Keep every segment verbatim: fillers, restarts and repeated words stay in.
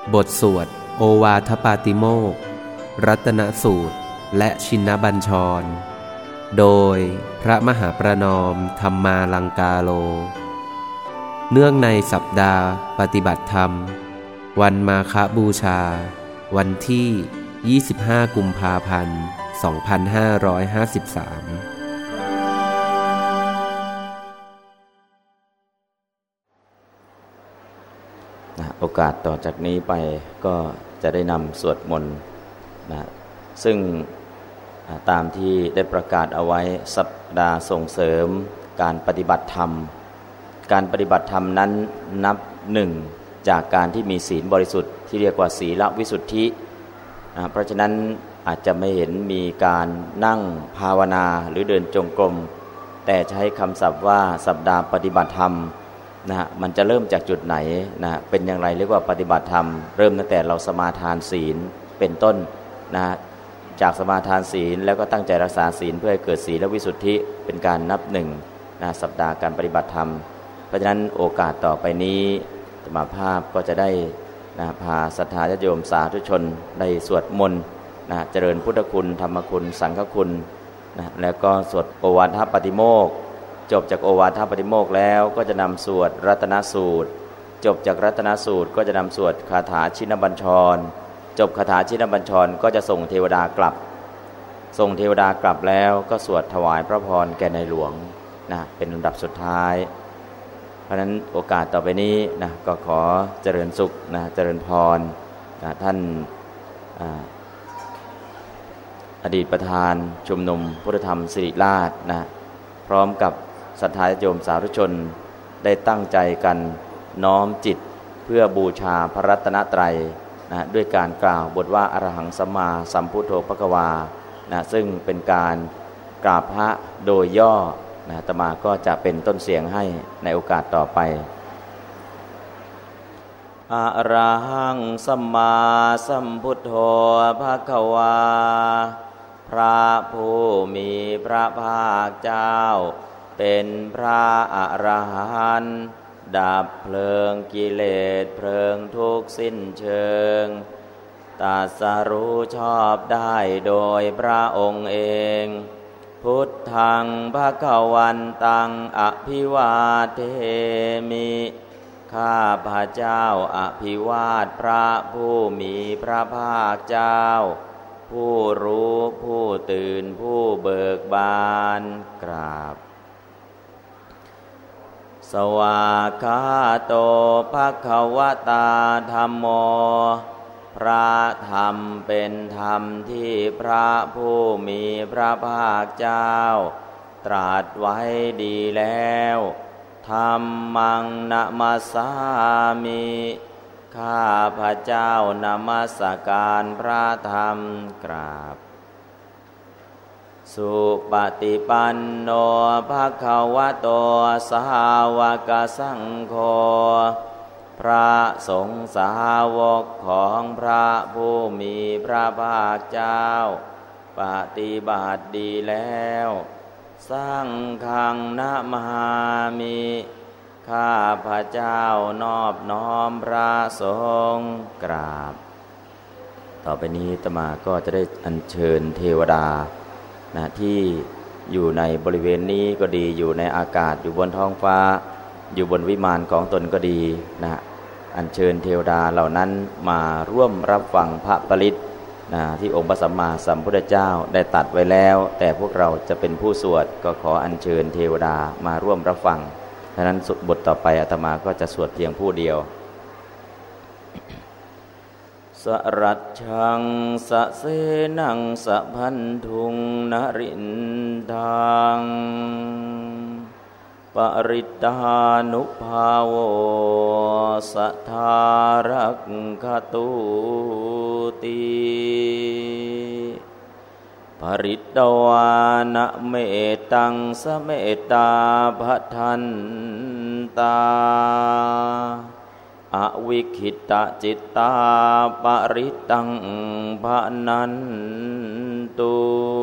บทสวดโอวาทปาติโมกข์รัตนสูตรและชินบัญชรโดยพระมหาประนอมธรรมาลังกาโลเนื่องในสัปดาห์ปฏิบัติธรรมวันมาฆบูชาวันที่ยี่สิบห้ากุมภาพันธ์สองพันห้าร้อยห้าสิบสามโอกาสต่อจากนี้ไปก็จะได้นำสวดมนต์นะซึ่งตามที่ได้ประกาศเอาไว้สัปดาห์ส่งเสริมการปฏิบัติธรรมการปฏิบัติธรรมนั้นนับหนึ่งจากการที่มีศีลบริสุทธิ์ที่เรียกว่าศีลวิสุทธินะเพราะฉะนั้นอาจจะไม่เห็นมีการนั่งภาวนาหรือเดินจงกรมแต่ใช้คำศัพท์ว่าสัปดาห์ปฏิบัติธรรมนะฮะมันจะเริ่มจากจุดไหนนะเป็นอย่างไรเรียกว่าปฏิบัติธรรมเริ่มตั้งแต่เราสมาทานศีลเป็นต้นนะจากสมาทานศีลแล้วก็ตั้งใจรักษาศีลเพื่อให้เกิดศีลวิสุทธิเป็นการนับหนึ่งนะสัปดาห์การปฏิบัติธรรมเพราะฉะนั้นโอกาสต่อไปนี้ธรรมภาพก็จะได้นะพาศรัทธาญาติโยมสาธุชนได้สวดมนต์นะเจริญพุทธคุณธรรมคุณสังฆคุณนะแล้วก็สวดโอวาทปาติโมกข์จบจากโอวาทปาติโมกข์แล้วก็จะนำสวดรัตนสูตรจบจากรัตนสูตรก็จะนำสวดคาถาชินบัญชรจบคาถาชินบัญชรก็จะส่งเทวดากลับส่งเทวดากลับแล้วก็สวดถวายพระพรแก่ในหลวงนะเป็นลำดับสุดท้ายเพราะฉะนั้นโอกาสต่อไปนี้นะก็ขอเจริญสุขนะเจริญพรนะท่านอ, อดีตประธานชุมนุมพุทธธรรมสิริราชนะพร้อมกับศรัทธาญาติโยมสาธุชนได้ตั้งใจกันน้อมจิตเพื่อบูชาพระรัตนตรัยนะด้วยการกล่าวบทว่าอรหังสัมมาสัมพุทโธภควานะซึ่งเป็นการกราบพระโดยย่อนะอาตมาก็จะเป็นต้นเสียงให้ในโอกาสต่อไปอรหังสัมมาสัมพุทโธภควาพระผู้มีพระภาคเจ้าเป็นพระอรหันต์ดับเพลิงกิเลสเพลิงทุกข์สิ้นเชิงตรัสรู้ชอบได้โดยพระองค์เองพุทธังภควันตังอภิวาเทมิข้าพระเจ้าอภิวาทพระผู้มีพระภาคเจ้าผู้รู้ผู้ตื่นผู้เบิกบานกราบสวากขาโตภควตาธัมโมพระธรรมเป็นธรรมที่พระผู้มีพระภาคเจ้าตรัสไว้ดีแล้วธัมมังนะมัสสามิข้าพระเจ้านมัสการพระธรรมกราบสุปฏิปันโนภควโตสาวกสังโฆพระสงฆ์สาวกของพระผู้มีพระภาคเจ้าปฏิบัติดีแล้วสังฆังนะมามิข้าพระเจ้านอบน้อมพระสงฆ์กราบต่อไปนี้อาตมาก็จะได้อัญเชิญเทวดานะที่อยู่ในบริเวณนี้ก็ดีอยู่ในอากาศอยู่บนท้องฟ้าอยู่บนวิมานของตนก็ดีนะอัญเชิญเทวดาเหล่านั้นมาร่วมรับฟังพระปริตรนะที่องค์พระสัมมาสัมพุทธเจ้าได้ตรัสไว้แล้วแต่พวกเราจะเป็นผู้สวดก็ขออัญเชิญเทวดามาร่วมรับฟังฉะนั้นบทต่อไปอาตมาก็จะสวดเพียงผู้เดียวสรัจฉังสะเสนังสะพันธุงนรินทังปริตานุภาโวสัทธารักขตุติปริตวานะเมตังสเมตตาภัทธันตาอวิคิตะจิตตาปริตังภนันตุ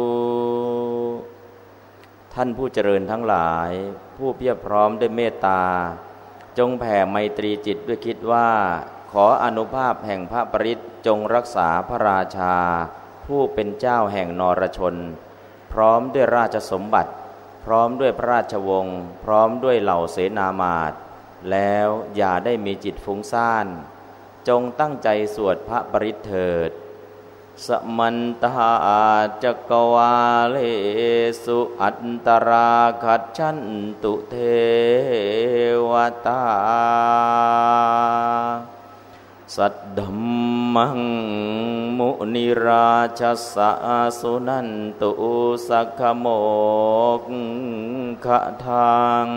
ท่านผู้เจริญทั้งหลายผู้เพียบพร้อมด้วยเมตตาจงแผ่ไมตรีจิตด้วยคิดว่าขออนุภาพแห่งพระปริตรจงรักษาพระราชาผู้เป็นเจ้าแห่งนรชนพร้อมด้วยราชสมบัติพร้อมด้วยพระราชวงศ์พร้อมด้วยเหล่าเสนามาตย์แล้วอย่าได้มีจิตฟุ้งซ่านจงตั้งใจสวดพระปริตรเถิดสมันตาจักวาเลสุอันตราคัจฉันตุเทวตาสัตธัมมังมุนิราชสะสุนันตุสักขโมกขทัง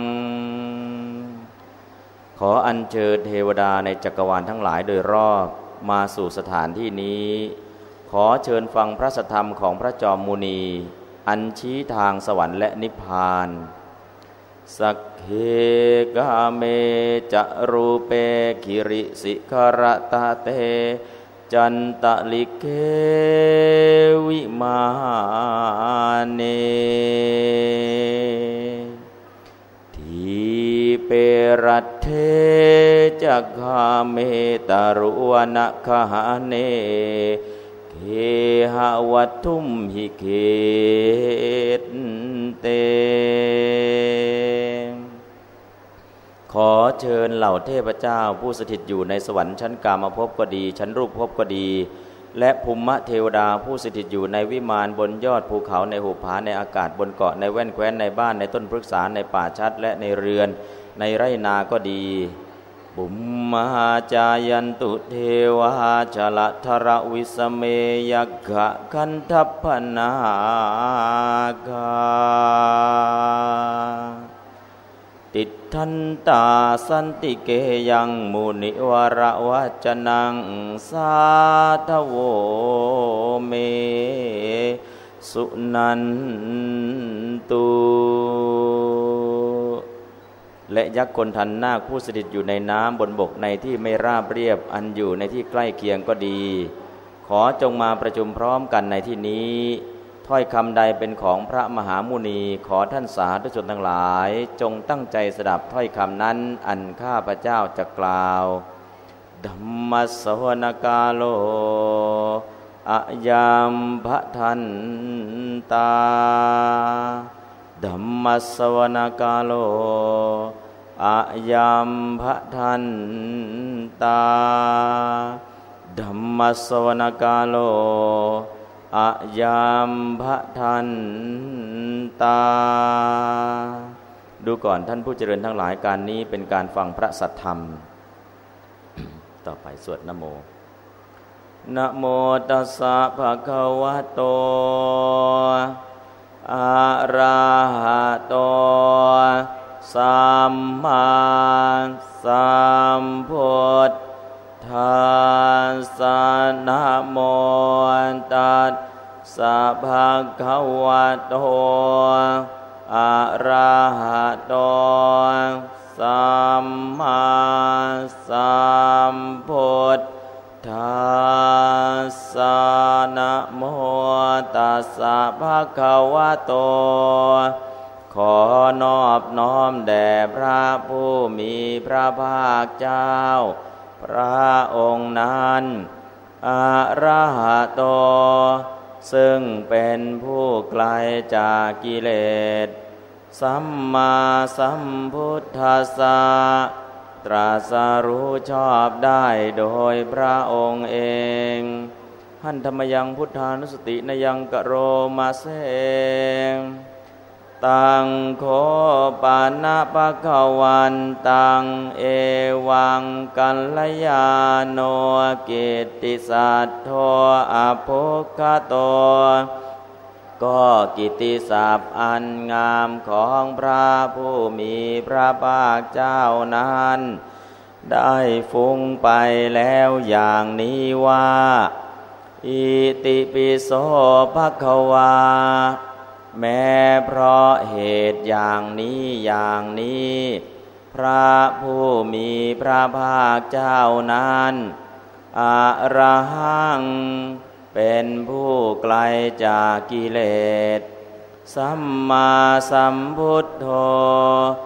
ขออัญเชิญเทวดาในจักรวาลทั้งหลายโดยรอบมาสู่สถานที่นี้ขอเชิญฟังพระสัทธรรมของพระจอมมุนีอันชี้ทางสวรรค์และนิพพานสักเคกาเมจะรูเปคิริสิขรตาเตจันตะลิเกวิมาเนทีเปรัตเทจักขเมตรุวนะคหาเนเคหะวัตถุมหิเกตเตขอเชิญเหล่าเทพเจ้าผู้สถิตอยู่ในสวรรค์ชั้นกามภพก็ดีชั้นรูปภพก็ดีและภูมิเทวดาผู้สถิตอยู่ในวิมานบนยอดภูเขาในหุบผาในอากาศบนเกาะในแว่นแคว้นในบ้านในต้นพฤกษาในป่าชัดและในเรือนในไร่นาก็ดีบุมมหาจายันตุเทวาชละทระวิสเมยักขะคันทัพพนาคาติทันตาสันติเกยังมุนิวระวัจนังสาทโวเมสุนันตุและยักษ์คนทันนาคผู้สถิตอยู่ในน้ำบนบกในที่ไม่ราบเรียบอันอยู่ในที่ใกล้เคียงก็ดีขอจงมาประชุมพร้อมกันในที่นี้ถ้อยคำใดเป็นของพระมหามุนีขอท่านสาธุชนทั้งหลายจงตั้งใจสดับถ้อยคำนั้นอันข้าพเจ้าจะกล่าวธัมมัสสวนกาโลอะยามภทันตาธัมมัสสวนกาโลอะยามภทันตาธัมมัสสวนกาโลอะยามภทันตาดูก่อนท่านผู้เจริญทั้งหลายการนี้เป็นการฟังพระสัทธรรม ต่อไปสวดนะโมนะโมตัสสะภะคะวะโตอะระหะโตสัมมาสัมพุทธัสสะนะโมตัสสะภะคะวะโตอะระหะโตสัมมาสัมพุทธัสสะนะโมตัสสะภะคะวะโตขอนอบน้อมแด่พระผู้มีพระภาคเจ้าพระองค์นั้นอะระหะโตซึ่งเป็นผู้ไกลจากกิเลสสัมมาสัมพุทธัสสะตรัสรู้ชอบได้โดยพระองค์เองหันธรรมยังพุทธานุสตินยังกะโรมาเสตังโคปานะภะคะวันตังเอวังกัลยาโนกิตติสัทโธอภุคโตก็กิตติศัพท์อันงามของพระผู้มีพระภาคเจ้านั้นได้ฟุ้งไปแล้วอย่างนี้ว่าอิติปิโสภควาแม้เพราะเหตุอย่างนี้อย่างนี้พระผู้มีพระภาคเจ้านั้นอะระหังเป็นผู้ไกลจากกิเลสสัมมาสัมพุทโธ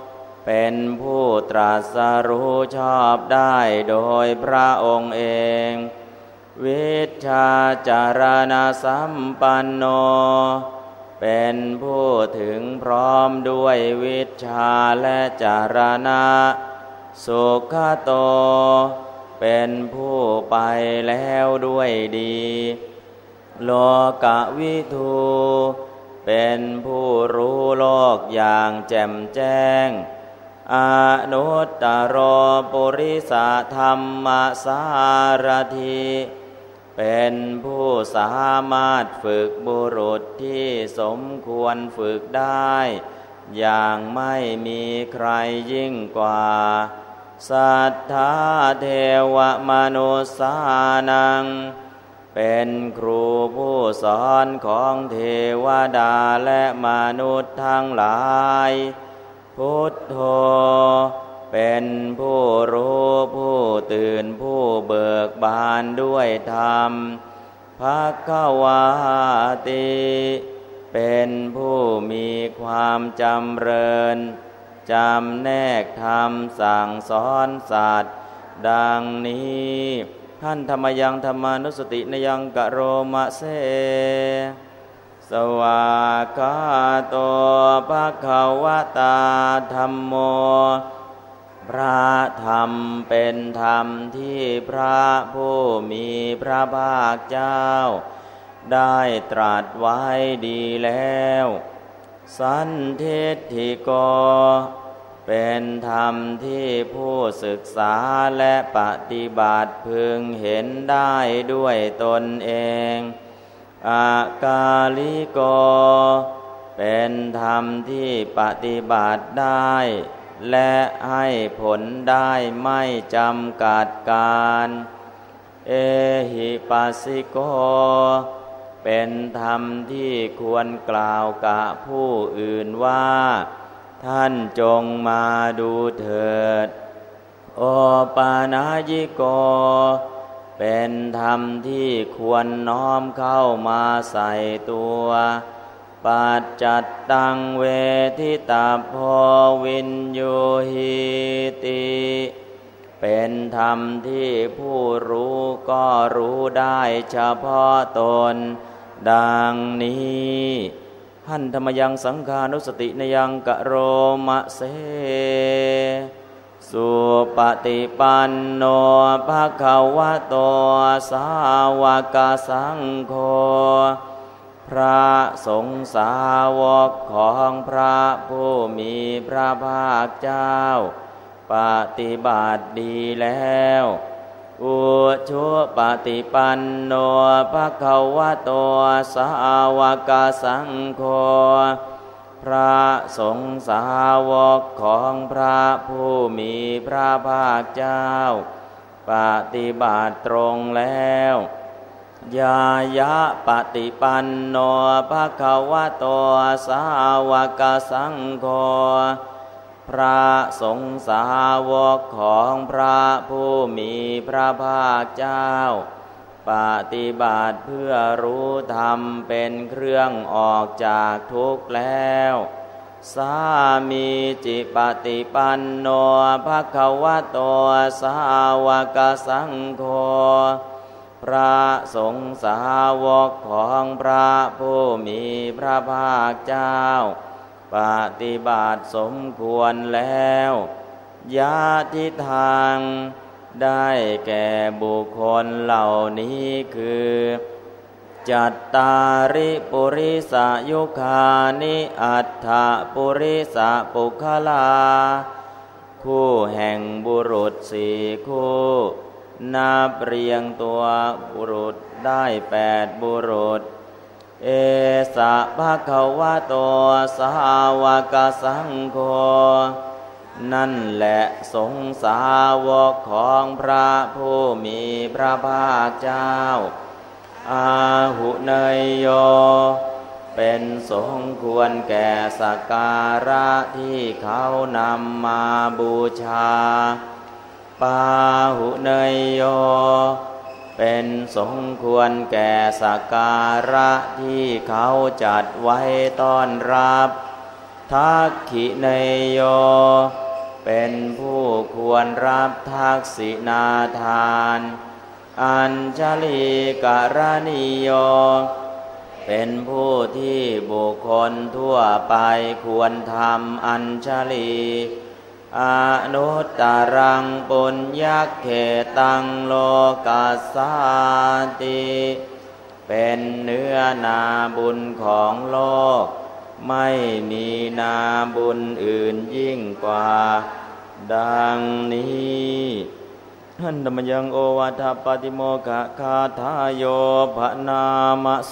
เป็นผู้ตรัสรู้ชอบได้โดยพระองค์เองวิชชาจารณสัมปันโนเป็นผู้ถึงพร้อมด้วยวิชชาและจารณะสุขโตเป็นผู้ไปแล้วด้วยดีโลกวิทูเป็นผู้รู้โลกอย่างแจ่มแจ้งอนุตตรปุริสธรรมสารถิเป็นผู้สามารถฝึกบุรุษที่สมควรฝึกได้อย่างไม่มีใครยิ่งกว่าสัทธาเทวมนุสสานังเป็นครูผู้สอนของเทวดาและมนุษย์ทั้งหลายพุทโธเป็นผู้รู้ผู้ตื่นผู้เบิกบานด้วยธรรมภควาติเป็นผู้มีความจำเริญจำแนกธรรมสั่งสอนสัตว์ดังนี้ท่านธรรมยังธรรมานุสตินยังกะโรมะเสสวากาโตภควตาธัมโมพระธรรมเป็นธรรมที่พระผู้มีพระภาคเจ้าได้ตรัสไว้ดีแล้วสันทิฏฐิโกเป็นธรรมที่ผู้ศึกษาและปฏิบัติพึงเห็นได้ด้วยตนเองอากาลิโกเป็นธรรมที่ปฏิบัติได้และให้ผลได้ไม่จำกัดการเอหิปัสสิโกเป็นธรรมที่ควรกล่าวกับผู้อื่นว่าท่านจงมาดูเถิดโอปานายิโกเป็นธรรมที่ควรน้อมเข้ามาใส่ตัวปัจจัตตังเวทิตาโพวินโยหิติเป็นธรรมที่ผู้รู้ก็รู้ได้เฉพาะตนดังนี้หันธรรมยังสังฆานุสตินยังกะโรมะเสสุปฏิปันโนภควโตสาวกสังโฆพระสงฆ์สาวกของพระผู้มีพระภาคเจ้าปฏิบัติดีแล้วอุชุปฏิปันโนภควโตสาวกสังโฆพระสงฆ์สาวกของพระผู้มีพระภาคเจ้าปฏิบัติตรงแล้วยายะปฏิปันโนภควโตสาวกสังโฆพระสงฆ์สาวกของพระผู้มีพระภาคเจ้าปฏิบัติเพื่อรู้ธรรมเป็นเครื่องออกจากทุกข์แล้วสามีจิปฏิปันโนภควโตสาวกสังโฆพระสงฆ์สาวกของพระผู้มีพระภาคเจ้าปฏิบัติสมควรแล้วญาติทางได้แก่บุคคลเหล่านี้คือจัตตาริปุริสยุคานิอัฏฐปุริสปุคลาคู่แห่งบุรุษสี่คู่นับเรียงตัวบุรุษได้แปดบุรุษเอสะภควโตสาวกสังโฆนั่นแหละสงฆ์สาวกของพระผู้มีพระภาคเจ้าอาหุเนยโยเป็นสงฆ์ควรแก่สักการะที่เขานำมาบูชาปาหุเนยโยเป็นสมควรแก่สักการะที่เขาจัดไว้ต้อนรับทักขิเนยโยเป็นผู้ควรรับทักษิณาทานอัญชลีกรณีโยเป็นผู้ที่บุคคลทั่วไปควรทำอัญชลีอนุตตรังปุญญเขตังโลกัสสาติเป็นเนื้อนาบุญของโลกไม่มีนาบุญอื่นยิ่งกว่าดังนี้ท่านธรรมยังโอวาทปาติโมกะคาทายโยภนามะเส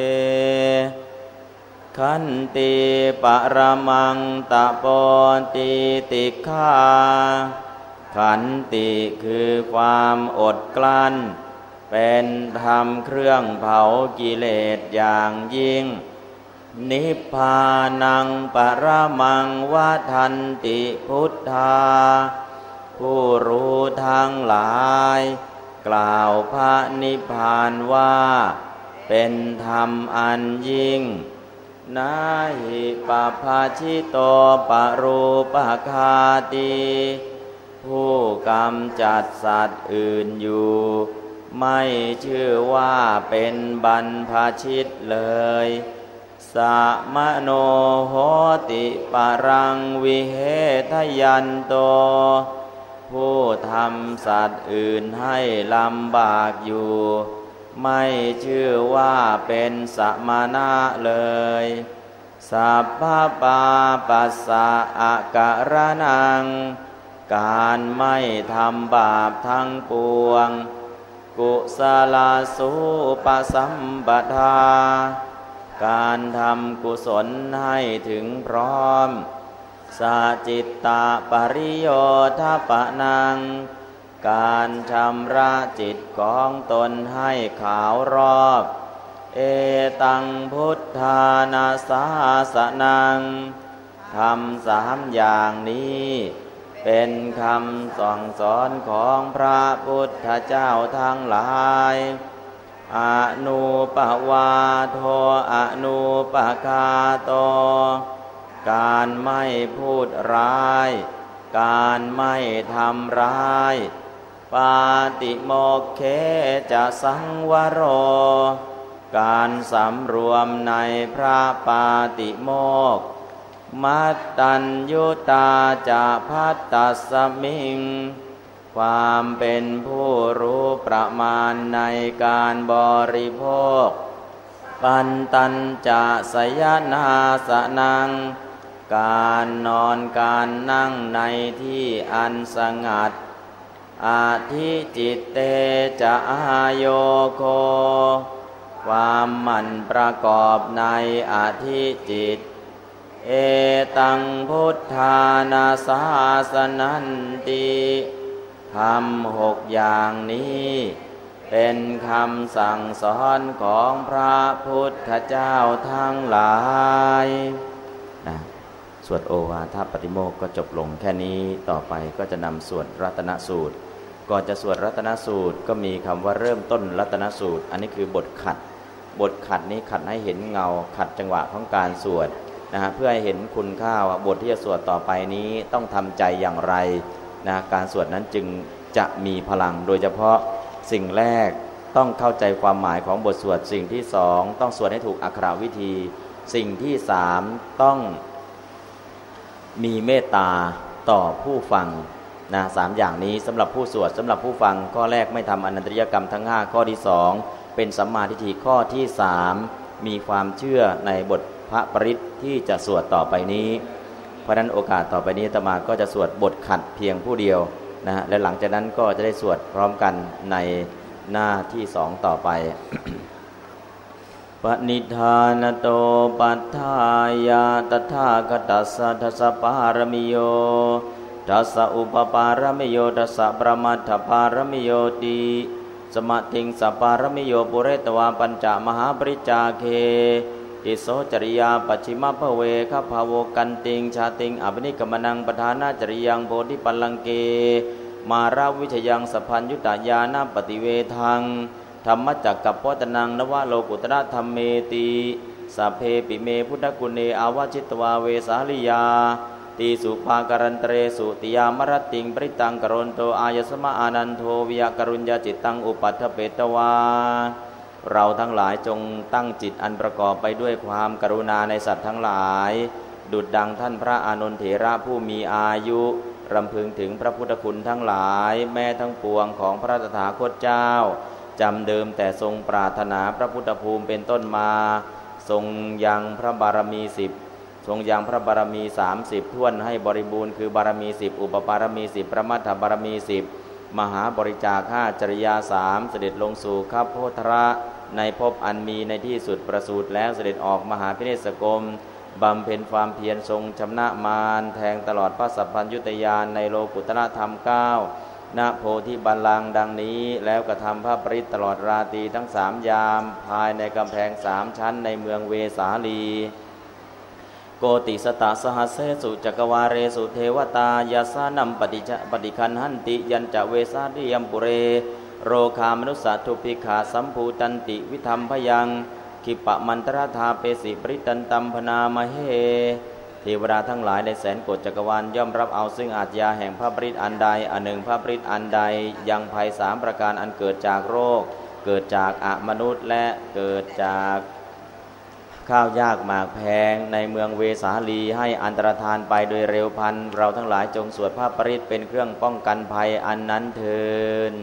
ขันติปรมังตะโปติติฆาขันติคือความอดกลั้นเป็นธรรมเครื่องเผากิเลสอย่างยิ่งนิพพานังปรมังวทันติพุทธาผู้รู้ทั้งหลายกล่าวพระนิพพานว่าเป็นธรรมอันยิ่งนาหิปภาชิโตปรูปคาติผู้กำจัดสัตว์อื่นอยู่ไม่ชื่อว่าเป็นบรรพชิตเลยสมโนโหติปรังวิเหทยันโตผู้ทำสัตว์อื่นให้ลำบากอยู่ไม่ชื่อว่าเป็นสมณะเลยสัพพปาปัสสะอาการนังการไม่ทำบาปทั้งปวงกุศลสุปสัมปทาการทำกุศลให้ถึงพร้อมสัจจิตตปริโยทปนังการชำระจิตของตนให้ขาวรอบเอตังพุทธานาสาสนังทำสามอย่างนี้เป็นคำสั่งสอนของพระพุทธเจ้าทั้งหลายอนุปวาโทอนุปคาโตการไม่พูดร้ายการไม่ทำร้ายปาติโมกเขจะสังวโรการสำรวมในพระปาติโมกข์มัตตัญญุตาจะภัตตัสสมิงความเป็นผู้รู้ประมาณในการบริโภคปันตัญจะสยนาสนังการนอนการนั่งในที่อันสงัดอาทิจิตเตจะอาโยโคความหมั่นประกอบในอาทิจิตเอตังพุทธานาสาสนันติทำหกอย่างนี้เป็นคำสั่งสอนของพระพุทธเจ้าทั้งหลายนะสวดโอวาทปาติโมกข์ก็จบลงแค่นี้ต่อไปก็จะนำสวดรัตนสูตรก่อนจะสวดรัตนสูตรก็มีคำว่าเริ่มต้นรัตนสูตรอันนี้คือบทขัดบทขัดนี้ขัดให้เห็นเงาขัดจังหวะของการสวดนะฮะเพื่อให้เห็นคุณค่าว่าบทที่จะสวดต่อไปนี้ต้องทำใจอย่างไรนะการสวดนั้นจึงจะมีพลังโดยเฉพาะสิ่งแรกต้องเข้าใจความหมายของบทสวดสิ่งที่สองต้องสวดให้ถูกอักขระวิธีสิ่งที่สามต้องมีเมตตาต่อผู้ฟังนะสามอย่างนี้สำหรับผู้สวดสำหรับผู้ฟังข้อแรกไม่ทำอนันตริยกรรมทั้งห้าข้อที่สองเป็นสัมมาทิฏฐิข้อที่สามมีความเชื่อในบทพระปริตที่จะสวดต่อไปนี้เพราะนั้นโอกาสต่อไปนี้อาตมาก็จะสวดบทขัดเพียงผู้เดียวนะฮะและหลังจากนั้นก็จะได้สวดพร้อมกันในหน้าที่สองต่อไป ปณิธานโตปัฏฐายาตถาคตัสสะทัสสะปารมิโยทัสสะอุปปารมิโยทัสสะประมัตถปารมิโยติสมติงสัปปารมิโยปุเรตวาปัญจมหาปริจาเคอิโสจริยาปัจฉิมภเวคภาวกันติงชาติงอภินิกมนังปทานาจริยังโพธิปัลลังเกมาราวิชยังสัพพัญญุตญาณปฏิเวทังธรรมจักกัปวัตนังนวโลกุตระธรรมเมติสัพเพปิเมพุทธกุเนอาวชิตวาเวสาลิยาตีสุภาการันเตเรสุติยามรติงปริตังกรณโตอายสมะอานันโทวิยกรุญญาจิตตังอุปัฏฐเปตวาเราทั้งหลายจงตั้งจิตอันประกอบไปด้วยความกรุณาในสัตว์ทั้งหลายดุจดังท่านพระอานนทเถระผู้มีอายุรำพึงถึงพระพุทธคุณทั้งหลายแม้ทั้งปวงของพระตถาคตเจ้าจำเดิมแต่ทรงปรารถนาพระพุทธภูมิเป็นต้นมาทรงยังพระบารมีสิบทรงยังพระบารมีสามสิบท่วนให้บริบูรณ์คือบารมีสิบอุปบารมีสิบพระมัทธบารมีสิบมหาบริจาคห้าจริยาสามเสด็จลงสู่คัพโพธระในภพอันมีในที่สุดประสูติแล้วเสด็จออกมหาพิเนศกรมบำเพ็ญความเพียรทรงชำนะมารแทงตลอดพระสัพพัญญุตญาณในโลกุตตรธรรมเก้าณโพธิบัลลังก์ดังนี้แล้วกระทำพระปริตตลอดราตรีทั้งสามยามภายในกำแพงสามชั้นในเมืองเวสาลีโกติสตะสหัสเสสุจักวาเรสุเทวตายาสานัมปฏิจปฏิคันหันติยัญจะเวสาดิยมปุเรโรคามนุสสะทุพิขาสัมภูตันติวิธรรมพยังขิปะมันตรธาเปสิปริตันตัมพนามเหเทวดาทั้งหลายในแสนโกฏจักรวาลย่อมรับเอาซึ่งอาชญาแห่งพระปริตอันใดอันหนึ่งพระปริตอันใดยังภัยสามประการอันเกิดจากโรคเกิดจากอมนุษย์และเกิดจากข้าวยากหมากแพงในเมืองเวสาลีให้อันตรธานไปโดยเร็วพลันเราทั้งหลายจงสวดพระปริตเป็นเครื่องป้องกันภัยอันนั้นเถิด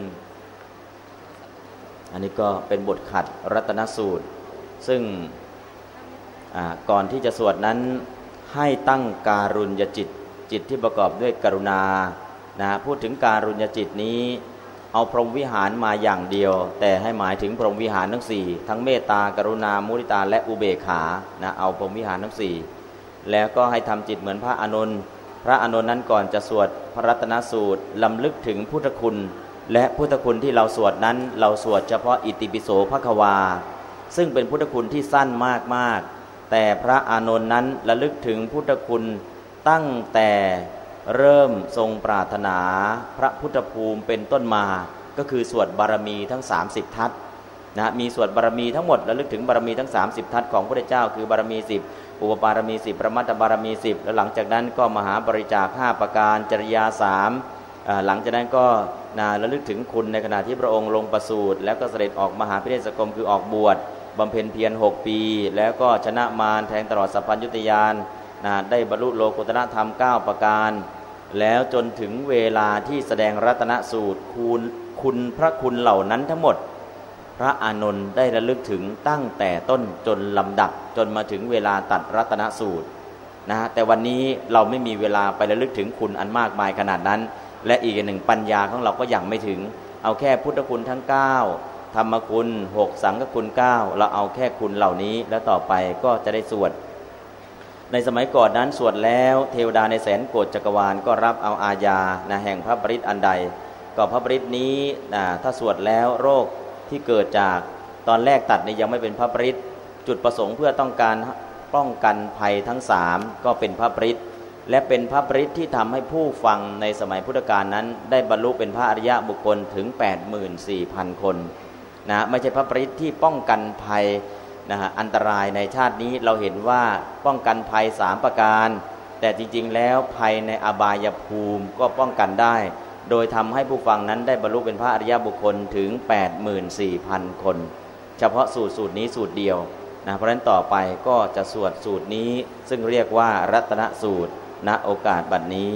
อันนี้ก็เป็นบทขัดรัตนสูตรซึ่งก่อนที่จะสวดนั้นให้ตั้งการุญยจิตจิตที่ประกอบด้วยกรุณานะพูดถึงการุญยจิตนี้เอาพรหมวิหารมาอย่างเดียวแต่ให้หมายถึงพรหมวิหารทั้งสี่ทั้งเมตตากรุณามุทิตาและอุเบกขานะเอาพรหมวิหารทั้งสี่แล้วก็ให้ทำจิตเหมือนพระอานนท์พระอานนท์นั้นก่อนจะสวดพระรัตนสูตรลำลึกถึงพุทธคุณและพุทธคุณที่เราสวดนั้นเราสวดเฉพาะอิติปิโสภควาซึ่งเป็นพุทธคุณที่สั้นมากๆแต่พระอานนท์นั้นระลึกถึงพุทธคุณตั้งแต่เริ่มทรงปรารถนาพระพุทธภูมิเป็นต้นมาก็คือสวดบารมีทั้งสามสิบทัศนะมีสวดบารมีทั้งหมดระลึกถึงบารมีทั้งสามสิบทัศของพระพุทธเจ้าคือบารมีสิบอุปบารมีสิบพระมัทธบารมีสิบแล้วหลังจากนั้นก็มหาบริจาคห้าประการจริยาสามหลังจากนั้นก็นะระลึกถึงคุณในขณะที่พระองค์ลงประสูติแล้วก็เสด็จออกมหาพิเนศกรมคือออกบวชบำเพ็ญเพียรหกปีแล้วก็ชนะมารแทงตลอดสัพพัญญุตญาณนะได้บรรลุโลกุตตรธรรมเก้าประการแล้วจนถึงเวลาที่แสดงรัตนสูตรคุณคุณพระคุณเหล่านั้นทั้งหมดพระอานนท์ได้ระลึกถึงตั้งแต่ต้นจนลำดับจนมาถึงเวลาตัดรัตนสูตรนะแต่วันนี้เราไม่มีเวลาไประลึกถึงคุณอันมากมายขนาดนั้นและอีกหนึ่งปัญญาของเราก็ยังไม่ถึงเอาแค่พุทธคุณทั้งเก้าธรรมคุณหกสังฆคุณเก้าเราเอาแค่คุณเหล่านี้แล้วต่อไปก็จะได้สวดในสมัยก่อนนั้นสวดแล้วเทวดาในแสนโกฏจักรวาลก็รับเอาอาญานะแห่งพระปริตอันใดก็พระปริตนี้นะถ้าสวดแล้วโรคที่เกิดจากตอนแรกตัดนี่ยังไม่เป็นพระปริตจุดประสงค์เพื่อต้องการป้องกันภัยทั้งสามก็เป็นพระปริตและเป็นพระปริตที่ทำให้ผู้ฟังในสมัยพุทธกาลนั้นได้บรรลุเป็นพระอริยบุคคลถึง แปดหมื่นสี่พัน คนนะไม่ใช่พระปริตที่ป้องกันภัยนะฮะอันตรายในชาตินี้เราเห็นว่าป้องกันภัยสามประการแต่จริงๆแล้วภัยในอบายภูมิก็ป้องกันได้โดยทำให้ผู้ฟังนั้นได้บรรลุเป็นพระอริยบุคคลถึง แปดหมื่นสี่พัน คนเฉพาะสูตรสูตรนี้สูตรเดียวนะเพราะฉะนั้นต่อไปก็จะสวดสูตรนี้ซึ่งเรียกว่ารัตนสูตรณโอกาสบัดนี้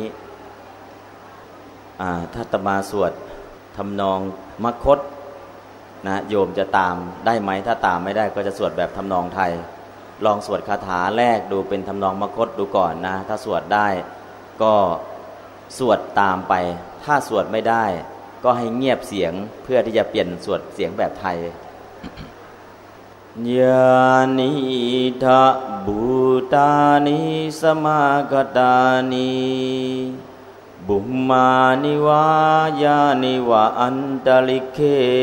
ถ้าอาตมาสวดทำนองมคธนะโยมจะตามได้ไหมถ้าตามไม่ได้ก็จะสวดแบบทำนองไทยลองสวดคาถาแรกดูเป็นทำนองมคธดูก่อนนะถ้าสวดได้ก็สวดตามไปถ้าสวดไม่ได้ก็ให้เงียบเสียงเพื่อที่จะเปลี่ยนสวดเสียงแบบไทย ญาณิทะบูตานิสมากตานิบุมมานิวายานิวะอันตลิเค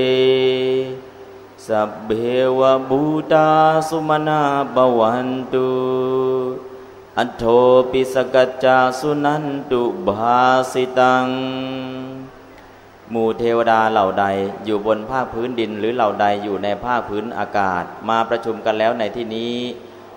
สัพเพวะบูตาสุมนาบวันตุอัทโธปิสกัจจาสุนันตุภาสิตังหมู่เทวดาเหล่าใดอยู่บนภาคพื้นดินหรือเหล่าใดอยู่ในภาคพื้นอากาศมาประชุมกันแล้วในที่นี้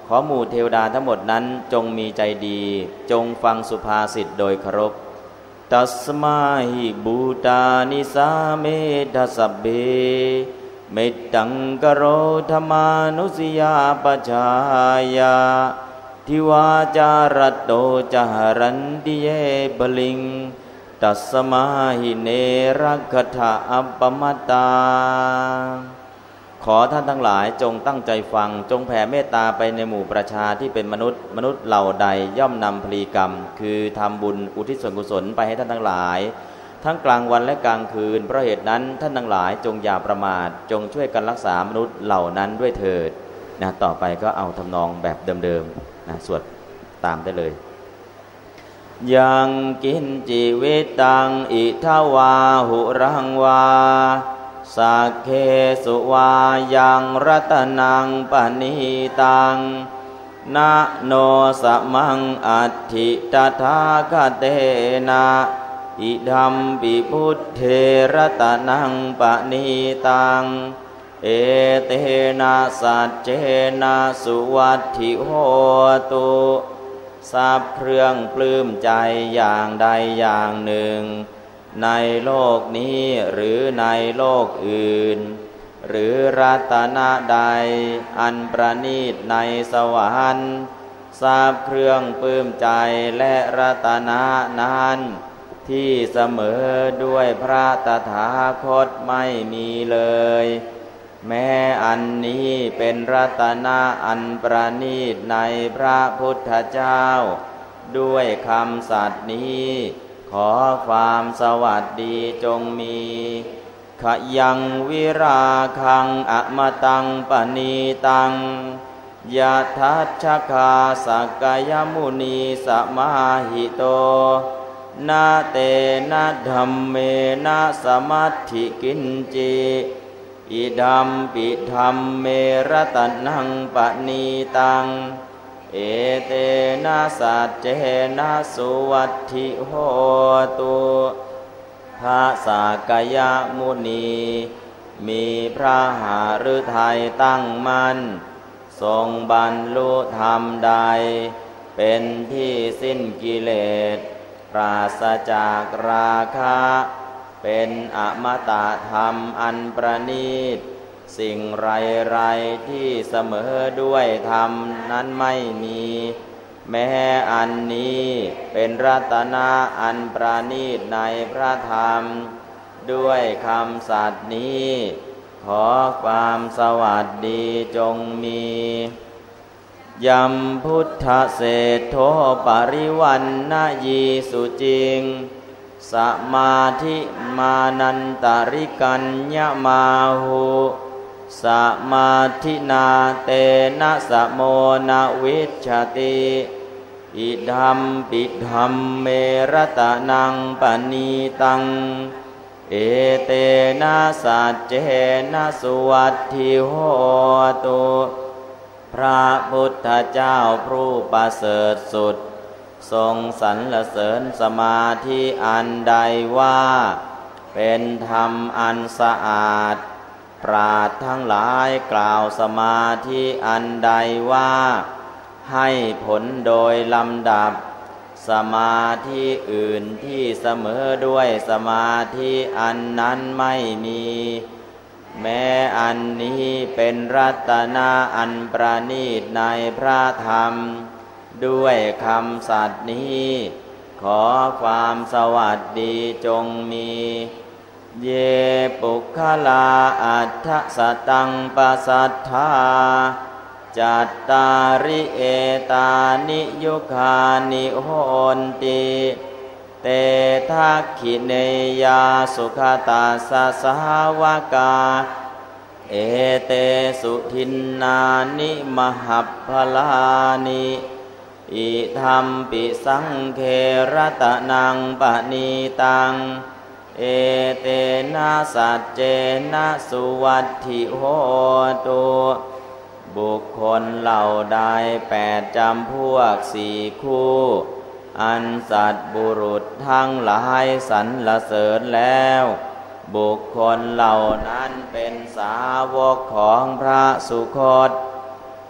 ขอหมู่เทวดาทั้งหมดนั้นจงมีใจดีจงฟังสุภาษิตโดยเคารพตัสมาหิบูตานิสาเมทัสสเบเมตตังกโรธรรมานุสยาปชายาทิวาจารโตจหรันติเยบลิงตัสมาหิเนรักขะอัปปมัตตาขอท่านทั้งหลายจงตั้งใจฟังจงแผ่เมตตาไปในหมู่ประชาที่เป็นมนุษย์มนุษย์เหล่าใดย่อมนำพลีกรรมคือทำบุญอุทิศส่วนกุศลไปให้ท่านทั้งหลายทั้งกลางวันและกลางคืนเพราะเหตุนั้นท่านทั้งหลายจงอย่าประมาทจงช่วยกันรักษามนุษย์เหล่านั้นด้วยเถิดนะต่อไปก็เอาทำนองแบบเดิมๆนะสวดตามได้เลยยังกินจิวิตังอิทวาหุรังวาสักเคสุวายังรัตนังปณิตังนะโนสมังอัตถิตถาคเตนะอิธัมปิพุทเทรัตนังปณิตังเอเตนะสัจเจนะสุวัตถิโหตุทรัพย์เครื่องปลื้มใจอย่างใดอย่างหนึ่งในโลกนี้หรือในโลกอื่นหรือรัตนะใดอันประณีตในสวรรค์ทรัพย์เครื่องปลื้มใจและรัตนะนั้นที่เสมอด้วยพระตถาคตไม่มีเลยแม้อันนี้เป็นรัตนะอันประณีตในพระพุทธเจ้าด้วยคำสัตย์นี้ขอความสวัสดีจงมีขยังวิราคังอมตังปณีตังยะทัชชคาสักกายมุนีสมาหิโตนาเตนะธัมเมนะสมัตถิกินจิอิดัมปิธัมเมรัตนังปณีตังเอเตนะสัจเจนะสุวัตถิโหตุพระสากยมุนีมีพระหฤทัยตั้งมั่นทรงบรรลุธรรมใดเป็นที่สิ้นกิเลสปราศจากราคะเป็นอมตะธรรมอันประณีตสิ่งไรไรที่เสมอด้วยธรรมนั้นไม่มีแม้อันนี้เป็นรัตนะอันประณีตในพระธรรมด้วยคำสัตย์นี้ขอความสวัสดีจงมียัมพุทธเศรษโธปริวันนายีสุจิงสมาธิมานันตริกัญญมาหุสมาธินาเตนะสะโมนะวิชชติอิธัมปิธัมเมรตนังปณีตังเอเตนะสัจเจนะสุวัตถิโหตุพระพุทธเจ้าผู้ประเสริฐสุดทรงสรรเสริญสมาธิอันใดว่าเป็นธรรมอันสะอาดปราชญ์ทั้งหลายกล่าวสมาธิอันใดว่าให้ผลโดยลำดับสมาธิอื่นที่เสมอด้วยสมาธิอันนั้นไม่มีแม้อันนี้เป็นรัตนะอันประณีตในพระธรรมด้วยคำสัตย์นี้ขอความสวัสดีจงมีเยปุคคลาอัฏฐสตังปัสสัทธาจัตตาริเอตานิยุคานิโหนติเตทักขิเนยาสุขตาสสาวกาเอเตสุทินนานิมหัพพลานิอิธัมปิสังเครตนังปณีตังเอเตนะสัจเจนะสุวัตถิโหตุบุคคลเหล่าใดแปดจำพวกสี่คู่อันสัตบุรุษทั้งหลายสรรเสริญแล้วบุคคลเหล่านั้นเป็นสาวกของพระสุคตผ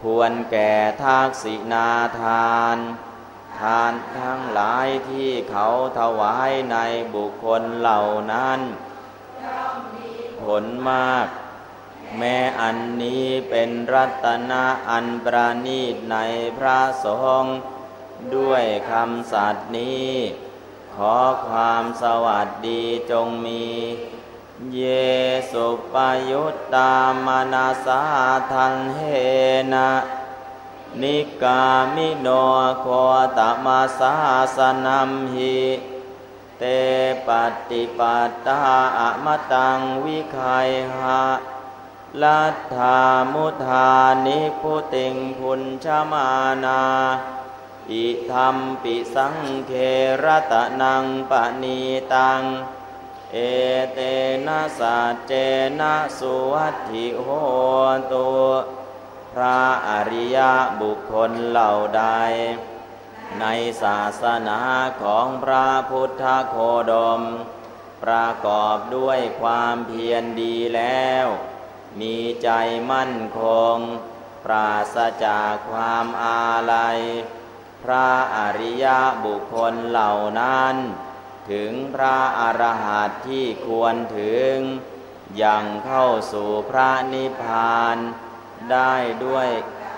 ควรแก่ทักษิณาทานทานทั้งหลายที่เขาถวายในบุคคลเหล่านั้นผลมากแม้อันนี้เป็นรัตนะอันประณีตในพระสงฆ์ด้วยคำสัตย์นี้ขอความสวัสดีจงมีเยสุปยุตตามนาสาทันเหนะนิกามิโนโคตมาสาสนัมหิเตปฏิปัตตาอมตังวิคัยหะลัทธามุธานิพุติงพุญชมานาอิธัมปิสังเครตนังปณีตังเอเตนะสัจเจนะสุวัตถิโหตุพระอริยบุคคลเหล่าใดในศาสนาของพระพุทธโคดมประกอบด้วยความเพียรดีแล้วมีใจมั่นคงปราศจากความอาลัยพระอริยบุคคลเหล่านั้นถึงพระอรหันต์ที่ควรถึงยังเข้าสู่พระนิพพานได้ด้วย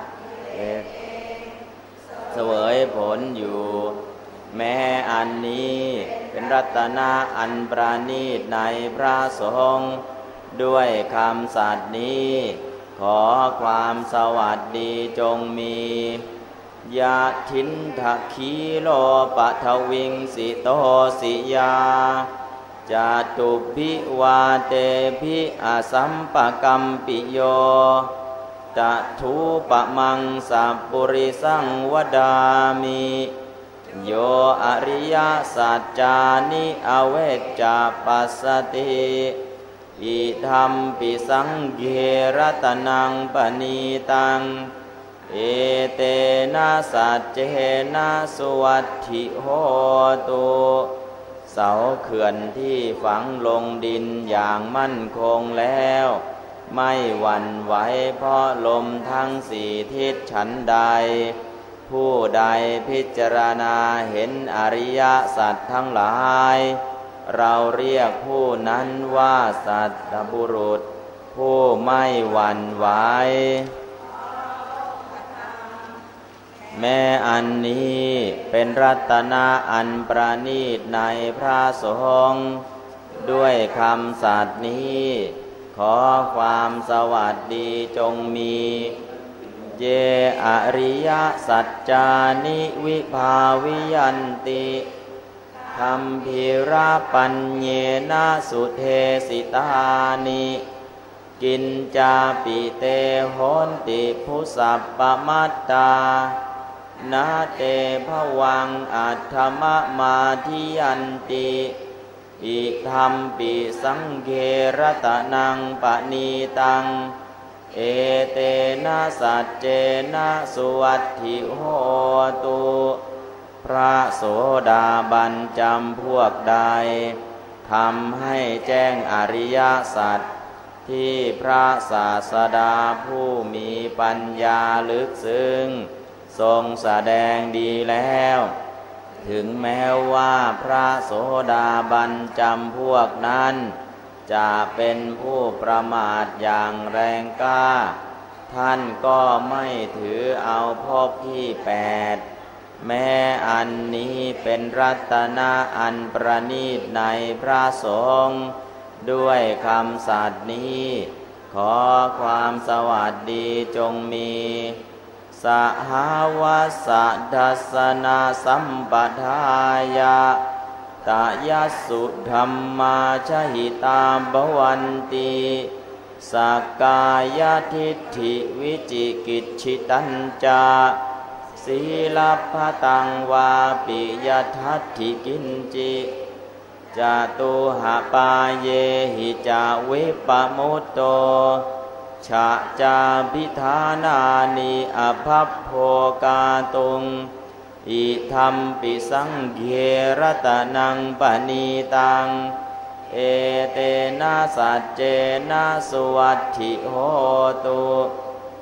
เสวยผลอยู่แม้อันนี้เป็นรัตนะอันประณีตในพระสงฆ์ด้วยคำสัตย์นี้ขอความสวัสดีจงมียะทินทะคีโลปะทวิงสิโตสิยาจาตุภิวาเตภิอสัมปกัมปิโยตทูปะมังสัพปุริสังวดามิโยอริยสัจจานิอเวจจาปัสสติอิธัมปิสังเฆรตนังปณีตังเอเตนะสัจเจนะสุวัตถิโหตุเสาเขื่อนที่ฝังลงดินอย่างมั่นคงแล้วไม่หวั่นไหวเพราะลมทั้งสี่ทิศฉันใดผู้ใดพิจารณาเห็นอริยสัจทั้งหลายเราเรียกผู้นั้นว่าสัตบุรุษผู้ไม่หวั่นไหวแม้อันนี้เป็นรัตนะอันประณีตในพระสงฆ์ด้วยคำสัตย์นี้ขอความสวัสดีจงมีเยอริยสัจจานิวิภาวิยันติคัมภีระปัญเยนะสุเทสิตานิกินจาปิเตโหนติพุสัพปมัตตานาเตภวังอัตถมะมาทิยันติอิธัมปิสังเฆรตนังปณีตังเอเตนะสัจเจนะสุวัตถิโหตุพระโสดาบันจำพวกใดทำให้แจ้งอริยสัจที่พระศาสดาผู้มีปัญญาลึกซึ้งทรงแสดงดีแล้วถึงแม้ว่าพระโสดาบันจำพวกนั้นจะเป็นผู้ประมาทอย่างแรงกล้าท่านก็ไม่ถือเอาภพที่แปดแม้อันนี้เป็นรัตนะอันประณีตในพระสงฆ์ด้วยคำสัตย์นี้ขอความสวัสดีจงมีสหวัสสดัสสนาสัมปทายะตยัสสุธัมมาชหิตาบวันติสักกายทิฏฐิวิจิกิจฉิตัญจาศีลพตังวาปิยทัฏฐิกินจิจตุหปาเยหิจาวิปมุตโตฉะจาพิธานานิอภัพโภกาตุงอิธัมปิสังเฆรตนังปณีตังเอเตนะสัจเจนะสุวัตถิโหตุ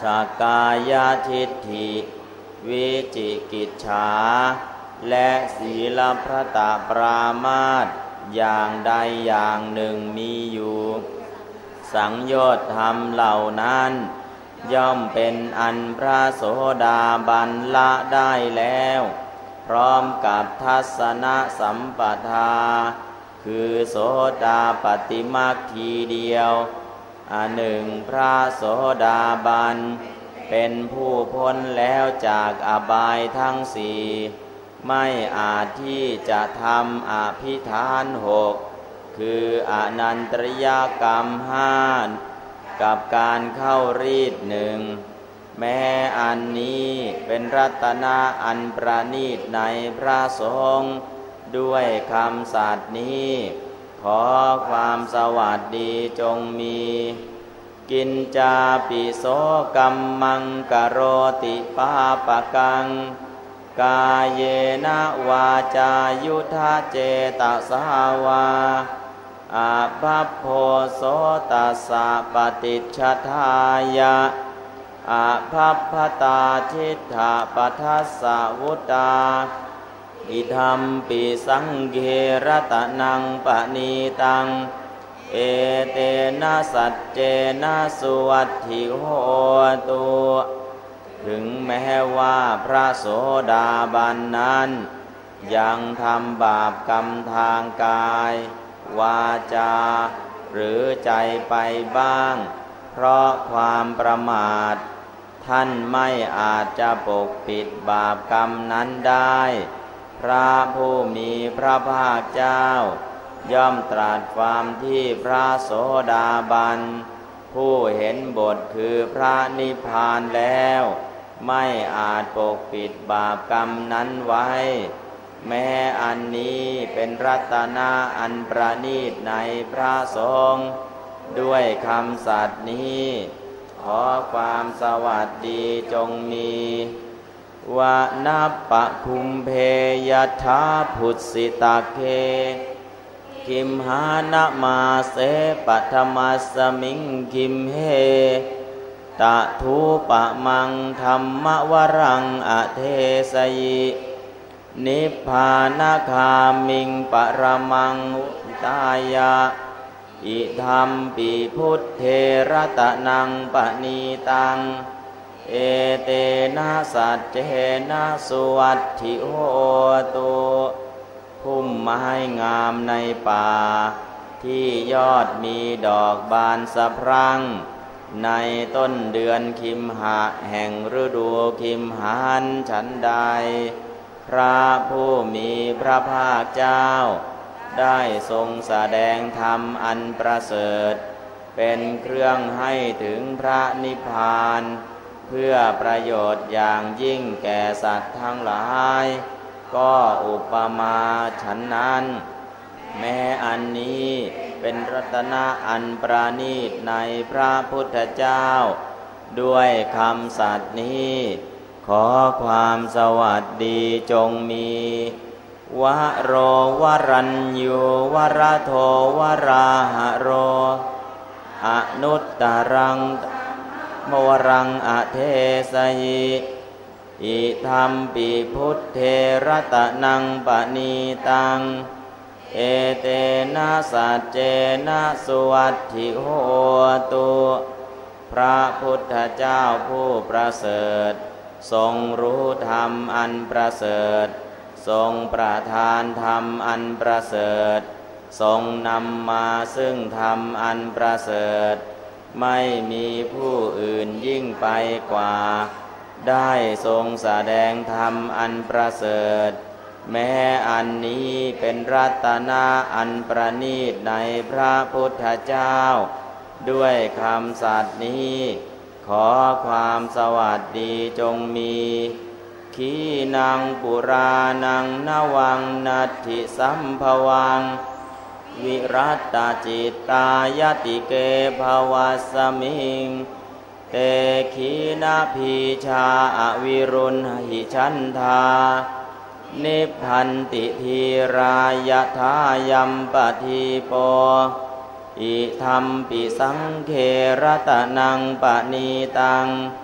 สักกายทิฏฐิวิจิกิจฉาและศีลพรตปรามาสอย่างใดอย่างหนึ่งมีอยู่สังโยชน์ธรรมเหล่านั้นย่อมเป็นอันพระโสดาบันละได้แล้วพร้อมกับทัศนสัมปทาคือโสดาปัตติมรรคทีเดียวอันหนึ่งพระโสดาบันเป็นผู้พ้นแล้วจากอบายทั้งสี่ไม่อาจที่จะทำอภิธานหกคืออนันตริยกรรมห้ากับการเข้ารีดหนึ่งแม้อันนี้เป็นรัตนะอันประณีตในพระสงฆ์ด้วยคำสัตย์นี้ขอความสวัสดีจงมีกินจาปิโสกัมมังกโรติปาปะกังกายเยนะวาจายุทธาเจตสาวาอาภัพโพโสตัสสะปฏิชฌทายะอาภัพพตาทิฏฐาปัฏฐัสสะวุตาอิธัมปิสังเฆรตนังปณีตังเอเตนะสัจเจนะสุวัตถิโหตุถึงแม้ว่าพระโสดาบันนั้นยังทำบาปกรรมทางกายวาจาหรือใจไปบ้างเพราะความประมาทท่านไม่อาจจะปกปิดบาปกรรมนั้นได้พระผู้มีพระภาคเจ้าย่อมตรัสความที่พระโสดาบันผู้เห็นบทคือพระนิพพานแล้วไม่อาจปกปิดบาปกรรมนั้นไว้แม้อันนี้เป็นรัตนะอันประณีตในพระสงฆ์ด้วยคำสัตย์นี้ขอความสวัสดีจงมีวะนัปปะคุมเพยทาพุทธิตาเคคิมหานะมาเสปัทมัสสมิงคิมเฮตะทูปะมังธรรมวรังอเทสยินิพพานคามิงปรมังตายะอิธัมปิพุทธเทระตะนังปณีตังเอเตนะสัจเจนะสุวัตถิโหตุพุ่มไม้งามในป่าที่ยอดมีดอกบานสะพรั่งในต้นเดือนคิมหะแห่งฤดูคิมหันฉันใดพระผู้มีพระภาคเจ้าได้ทรงแสดงธรรมอันประเสริฐเป็นเครื่องให้ถึงพระนิพพานเพื่อประโยชน์อย่างยิ่งแก่สัตว์ทั้งหลายก็อุปมาฉันนั้นแม้อันนี้เป็นรัตนะอันประณีตในพระพุทธเจ้าด้วยคำสัตย์นี้ขอความสวัสดีจงมีวะโรวรัญญูวระโทวราหะโรอนุตตรังมวรังอเทสยิอิธัมปิพุทธเทระตะนังปณีตังเอเตนะสัจเจนะสุวัตถิโหตุพระพุทธเจ้าผู้ประเสริฐทรงรู้ธรรมอันประเสริฐทรงประทานธรรมอันประเสริฐทรงนำมาซึ่งธรรมอันประเสริฐไม่มีผู้อื่นยิ่งไปกว่าได้ทรงแสดงธรรมอันประเสริฐแม้อันนี้เป็นรัตนะอันประณีตในพระพุทธเจ้าด้วยคำสัตย์นี้ขอความสวัสดีจงมีขีนังปุรานังนวังนัตถิสัมภวังวิรัตตจิตตายติเกภวัสสมิงเตขีนาพีชาอวิรุณหิชันธานิพพันติธีรายทายัมปทีโปอิธัมปิสังเขรตะนังปณีตัง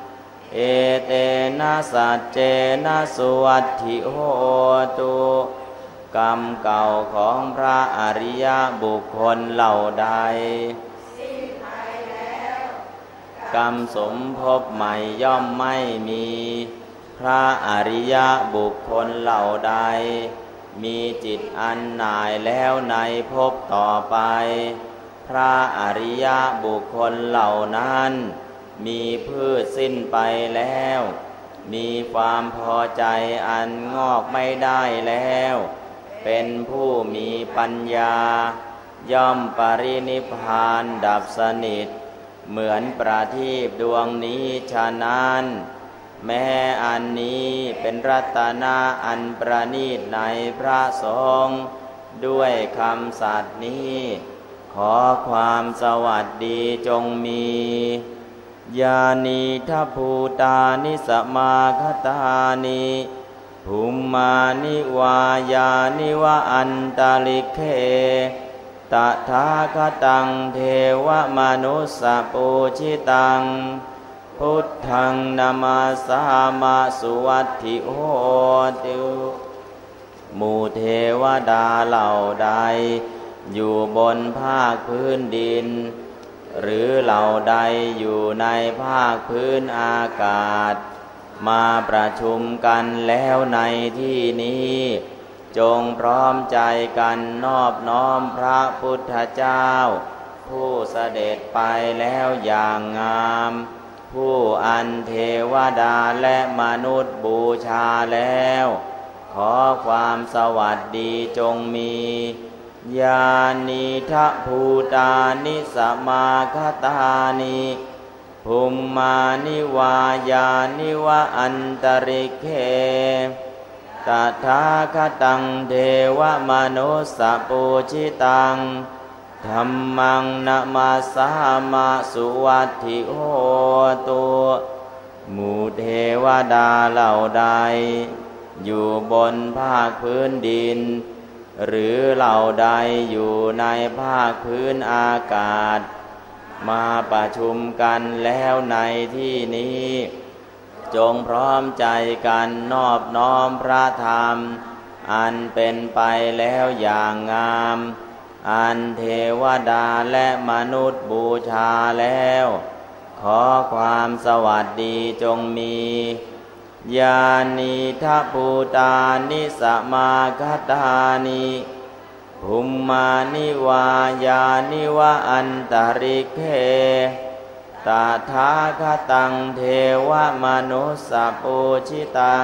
เอเตนะสัจเจนะสุวัตถิโหตุกรรมเก่าของพระอริยบุคคลเหล่าใดกรรมสมภพใหม่ย่อมไม่มีพระอริยบุคคลเหล่าใดมีจิตอันหน่ายแล้วในภพต่อไปพระอริยบุคคลเหล่านั้นมีพืชสิ้นไปแล้วมีความพอใจอันงอกไม่ได้แล้วเป็นผู้มีปัญญาย่อมปรินิพพานดับสนิทเหมือนประทีปดวงนี้ฉะนั้นแม้อันนี้เป็นรัตนะอันประณีตในพระสงฆ์ด้วยคำสัตย์นี้ขอความสวัสดีจงมีญาณิทัพภูตานิสมาคตานิภูมมานิวายานิวะอันตาลิเคตถาคตังเทวมนุสสปูชิตังพุทธังนามาสามาสุวัตถิโหติหมู่เทวดาเหล่าใดอยู่บนภาคพื้นดินหรือเหล่าใดอยู่ในภาคพื้นอากาศมาประชุมกันแล้วในที่นี้จงพร้อมใจกันนอบน้อมพระพุทธเจ้าผู้เสด็จไปแล้วอย่างงามผู้อันเทวดาและมนุษย์บูชาแล้วขอความสวัสดีจงมีญาณิทัพภูตานิสมาคตานิภูมมานิวายานิวะอันตริเคตถาคตังเทวมนุสสปูชิตังธัมมังนะมาสามาสุวัตถิโหตุหมู่เทวดาเหล่าใดอยู่บนภาคพื้นดินหรือเหล่าใดอยู่ในภาคพื้นอากาศมาประชุมกันแล้วในที่นี้จงพร้อมใจกันนอบน้อมพระธรรมอันเป็นไปแล้วอย่างงามอันเทวดาและมนุษย์บูชาแล้วขอความสวัสดีจงมีญาณิทัพภูตานิสมาคตานิภูมมานิวายานิวะอันตริเคตถาคตังเทวมนุสสปูชิตัง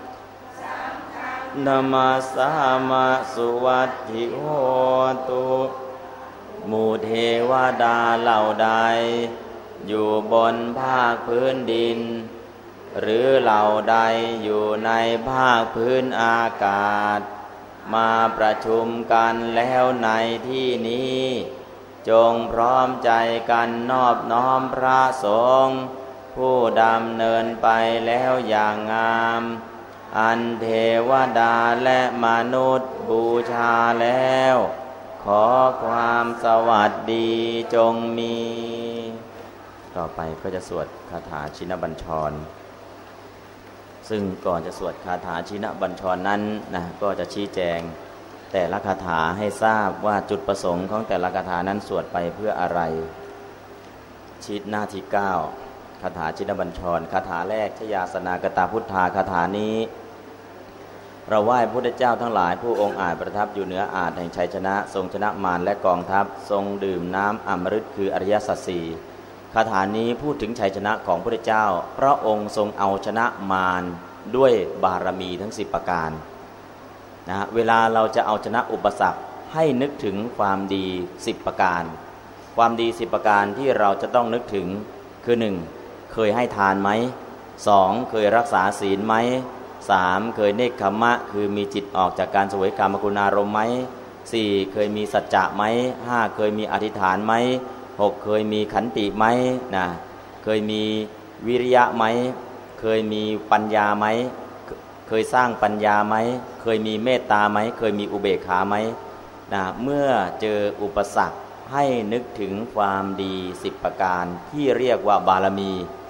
นามาสามาสุวัตถิโหตุหมู่เทวดาเหล่าใดอยู่บนภาคพื้นดินหรือเหล่าใดอยู่ในภาคพื้นอากาศมาประชุมกันแล้วในที่นี้จงพร้อมใจกันนอบน้อมพระสงฆ์ผู้ดำเนินไปแล้วอย่างงามอันเทวดาและมนุษย์บูชาแล้วขอความสวัสดีจงมีต่อไปก็จะสวดคาถาชินบัญชรซึ่งก่อนจะสวดคาถาชินบัญชรนั้นนะก็จะชี้แจงแต่ละคาถาให้ทราบว่าจุดประสงค์ของแต่ละคาถานั้นสวดไปเพื่ออะไรชีทหน้าที่เก้าคาถาชินบัญชรคาถาแรกชยาสนากตาพุทธาคาถานี้เราไหว้พระพุทธเจ้าทั้งหลายผู้องค์อาจประทับอยู่เหนืออาจแห่งชัยชนะทรงชนะมารและกองทัพทรงดื่มน้ำอมฤตคืออริยสัจสี่คาถานี้พูดถึงชัยชนะของพระพุทธเจ้าพระองค์ทรงเอาชนะมารด้วยบารมีทั้งสิบประการนะเวลาเราจะเอาชนะอุปสรรคให้นึกถึงความดีสิบประการความดีสิบประการที่เราจะต้องนึกถึงคือหนึ่งเคยให้ทานไหมสองเคยรักษาศีลไหมสามเคยเนกขัมมะคือมีจิตออกจากการเสวยกามคุณอารมณ์ไหมสี่เคยมีสัจจะไหมห้าเคยมีอธิษฐานไหมหกเคยมีขันติไหมนะเคยมีวิริยะไหมเคยมีปัญญาไหมเคยสร้างปัญญาไหมเคยมีเมตตาไหมเคยมีอุเบกขาไหมนะเมื่อเจออุปสรรคให้นึกถึงความดีสิบประการที่เรียกว่าบารมี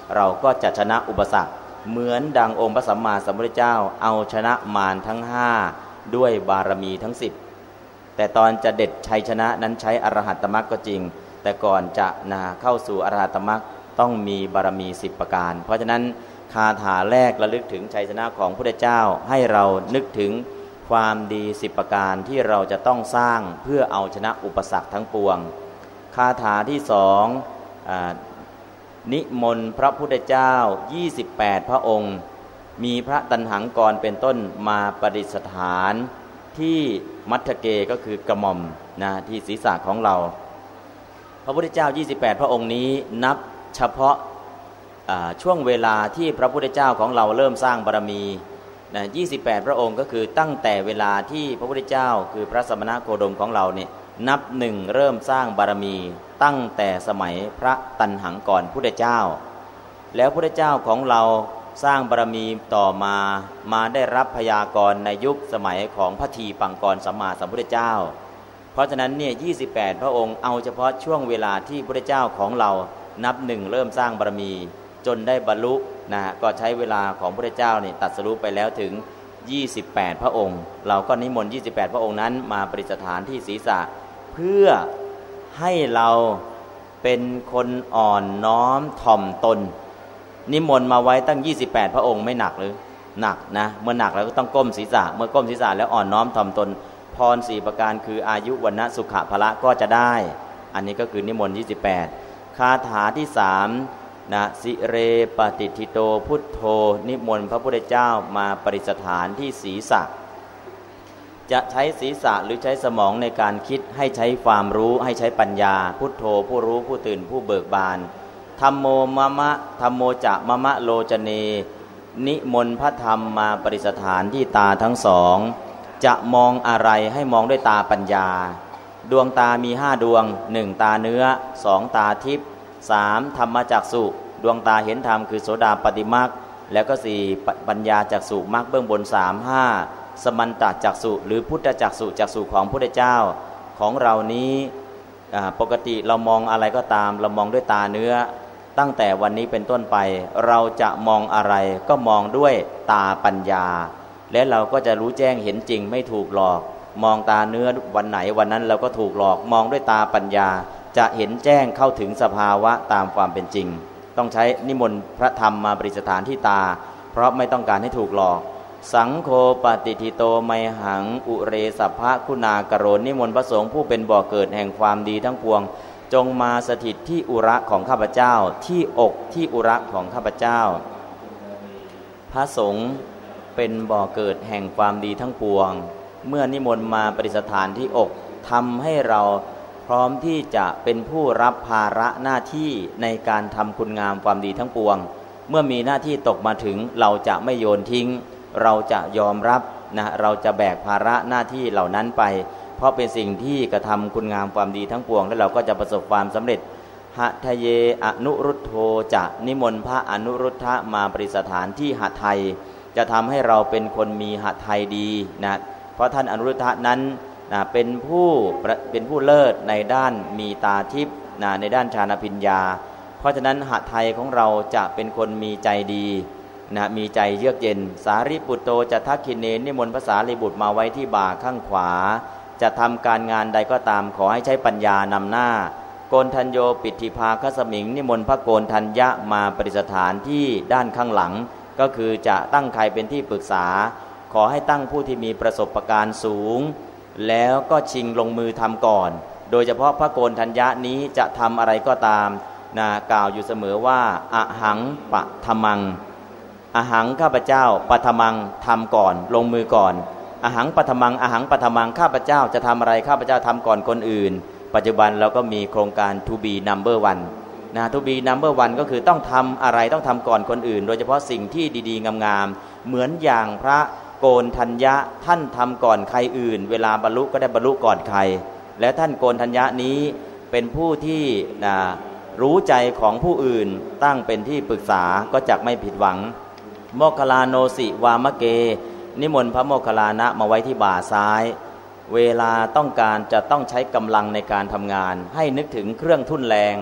เราก็จะชนะอุปสรรคเหมือนดังองค์พระสัมมาสัมพุทธเจ้าเอาชนะมารทั้งห้าด้วยบารมีทั้งสิบแต่ตอนจะเด็ดชัยชนะนั้นใช้อรหัตตมรรคก็จริงแต่ก่อนจะนาเข้าสู่อรหัตตมรรคต้องมีบารมีสิบประการเพราะฉะนั้นคาถาแรกระลึกถึงชัยชนะของพระพุทธเจ้าให้เรานึกถึงความดีสิบประการที่เราจะต้องสร้างเพื่อเอาชนะอุปสรรคทั้งปวงคาถาที่สองนิมนต์พระพุทธเจ้ายี่สิบแปดพระองค์มีพระตัณหังกรเป็นต้นมาประดิษฐานที่มัทธเกก็คือกระหม่อมนะที่ศีรษะของเราพระพุทธเจ้ายี่สิบแปดพระองค์นี้นับเฉพาะช่วงเวลาที่พระพุทธเจ้าของเราเริ่มสร้างบารมีนะยี่สิบแปดพระองค์ก็คือตั้งแต่เวลาที่พระพุทธเจ้าคือพระสมณโคดมของเราเนี่ยนับหนึ่งเริ่มสร้างบารมีตั้งแต่สมัยพระตัณหังกรพุทธเจ้าแล้วพุทธเจ้าของเราสร้างบารมีต่อมามาได้รับพยากรณ์ในยุคสมัยของพระทีปังกรสัมมาสัมพุทธเจ้าเพราะฉะนั้นเนี่ยยี่สิบแปดพระองค์เอาเฉพาะช่วงเวลาที่พุทธเจ้าของเรานับหนึ่งเริ่มสร้างบารมีจนได้บรรลุนะก็ใช้เวลาของพุทธเจ้าเนี่ยตรัสรู้ไปแล้วถึงยี่สิบแปดพระองค์เราก็นิมนต์ยี่สิบแปดพระองค์นั้นมาประดิษฐานที่ศีรษะเพื่อให้เราเป็นคนอ่อนน้อมถ่อมตนนิมนต์มาไว้ตั้งยี่สิบแปดพระองค์ไม่หนักหรือหนักนะเมื่อหนักแล้วก็ต้องก้มศีรษะเมื่อก้มศีรษะแล้วอ่อนน้อมถ่อมตนพรสี่ประการคืออายุวรรณะสุขะพละก็จะได้อันนี้ก็คือนิมนต์ยี่สิบแปดคาถาที่สามนะสิเรปฏิทิโตพุทโธนิมนต์พระพุทธเจ้ามาประดิษฐานที่ศีรษะจะใช้ศีรษะหรือใช้สมองในการคิดให้ใช้ความรู้ให้ใช้ปัญญาพุทโธผู้รู้ผู้ตื่นผู้เบิกบานธัมโมมะมะธัมโมจะมะมะโลจเนนิมนต์พระธรรมมาประดิษฐานที่ตาทั้งสองจะมองอะไรให้มองด้วยตาปัญญาดวงตามีห้าดวงหนึ่งตาเนื้อสองตาทิพย์สามธรรมจักษุดวงตาเห็นธรรมคือโสดาปัตติมรรคแล้วก็สี่ปัญญาจักษุมรรคเบื้องบนสามห้าสมันตจักษุหรือพุทธจักษุจักษุของพระพุทธเจ้าของเรานี้ปกติเรามองอะไรก็ตามเรามองด้วยตาเนื้อตั้งแต่วันนี้เป็นต้นไปเราจะมองอะไรก็มองด้วยตาปัญญาและเราก็จะรู้แจ้งเห็นจริงไม่ถูกหลอกมองตาเนื้อวันไหนวันนั้นเราก็ถูกหลอกมองด้วยตาปัญญาจะเห็นแจ้งเข้าถึงสภาวะตามความเป็นจริงต้องใช้นิมนต์พระธรรมมาประดิษฐานที่ตาเพราะไม่ต้องการให้ถูกหลอกสังโฆปฏิทิโตไมหังอุเรสัพพะคุณากโรนิมนต์พระสงฆ์ผู้เป็นบ่อเกิดแห่งความดีทั้งปวงจงมาสถิตที่อุระของข้าพเจ้าที่อกที่อุระของข้าพเจ้าพระสงฆ์เป็นบ่อเกิดแห่งความดีทั้งปวงเมื่อนิมนต์มาประดิษฐานที่อกทำให้เราพร้อมที่จะเป็นผู้รับภาระหน้าที่ในการทำคุณงามความดีทั้งปวงเมื่อมีหน้าที่ตกมาถึงเราจะไม่โยนทิ้งเราจะยอมรับนะเราจะแบกภาระหน้าที่เหล่านั้นไปเพราะเป็นสิ่งที่กระทำคุณงามความดีทั้งปวงและเราก็จะประสบความสำเร็จหทะเยอนุรุทโธจะนิมนต์พระอนุรุทธะมาประดิษฐานที่หทัยจะทำให้เราเป็นคนมีหทัยดีนะเพราะท่านอนุรุทธะนั้นนะเป็นผู้เป็นผู้เลิศในด้านมีตาทิพย์นะในด้านฌานปัญญาเพราะฉะนั้นหทัยของเราจะเป็นคนมีใจดีนะมีใจเยือกเย็นสารีปุตโตจะทักขิเนนิมนต์ภาษาลีบุตรมาไว้ที่บ่าข้างขวาจะทำการงานใดก็ตามขอให้ใช้ปัญญานำหน้าโกนทัญโยปิติภาคสมิงนิมนต์พระโกนทัญญะมาประดิษฐานที่ด้านข้างหลังก็คือจะตั้งใครเป็นที่ปรึกษาขอให้ตั้งผู้ที่มีประสบการณ์สูงแล้วก็ชิงลงมือทำก่อนโดยเฉพาะพระโกนทัญญะนี้จะทำอะไรก็ตามนะกล่าวอยู่เสมอว่าอหังปะทมังอหังข้าพเจ้าปะทมังทำก่อนลงมือก่อนอหังปะทมังอหังปะทมังข้าพเจ้าจะทำอะไรข้าพเจ้าทำก่อนคนอื่นปัจจุบันเราก็มีโครงการ to be number one นะ to be number one ก็คือต้องทำอะไรต้องทำก่อนคนอื่นโดยเฉพาะสิ่งที่ดีๆงามๆเหมือนอย่างพระโกนทัญญะท่านทำก่อนใครอื่นเวลาบรรลุก็ได้บรรลุก่อนใครและท่านโกนทัญญะนี้เป็นผู้ที่นะรู้ใจของผู้อื่นตั้งเป็นที่ปรึกษาก็จักไม่ผิดหวังโมคคัลลาโนสิวามะเกนิมนต์พระโมคคัลลานะมาไว้ที่บ่าซ้ายเวลาต้องการจะต้องใช้กำลังในการทำงานให้นึกถึงเครื่องทุ่นแรง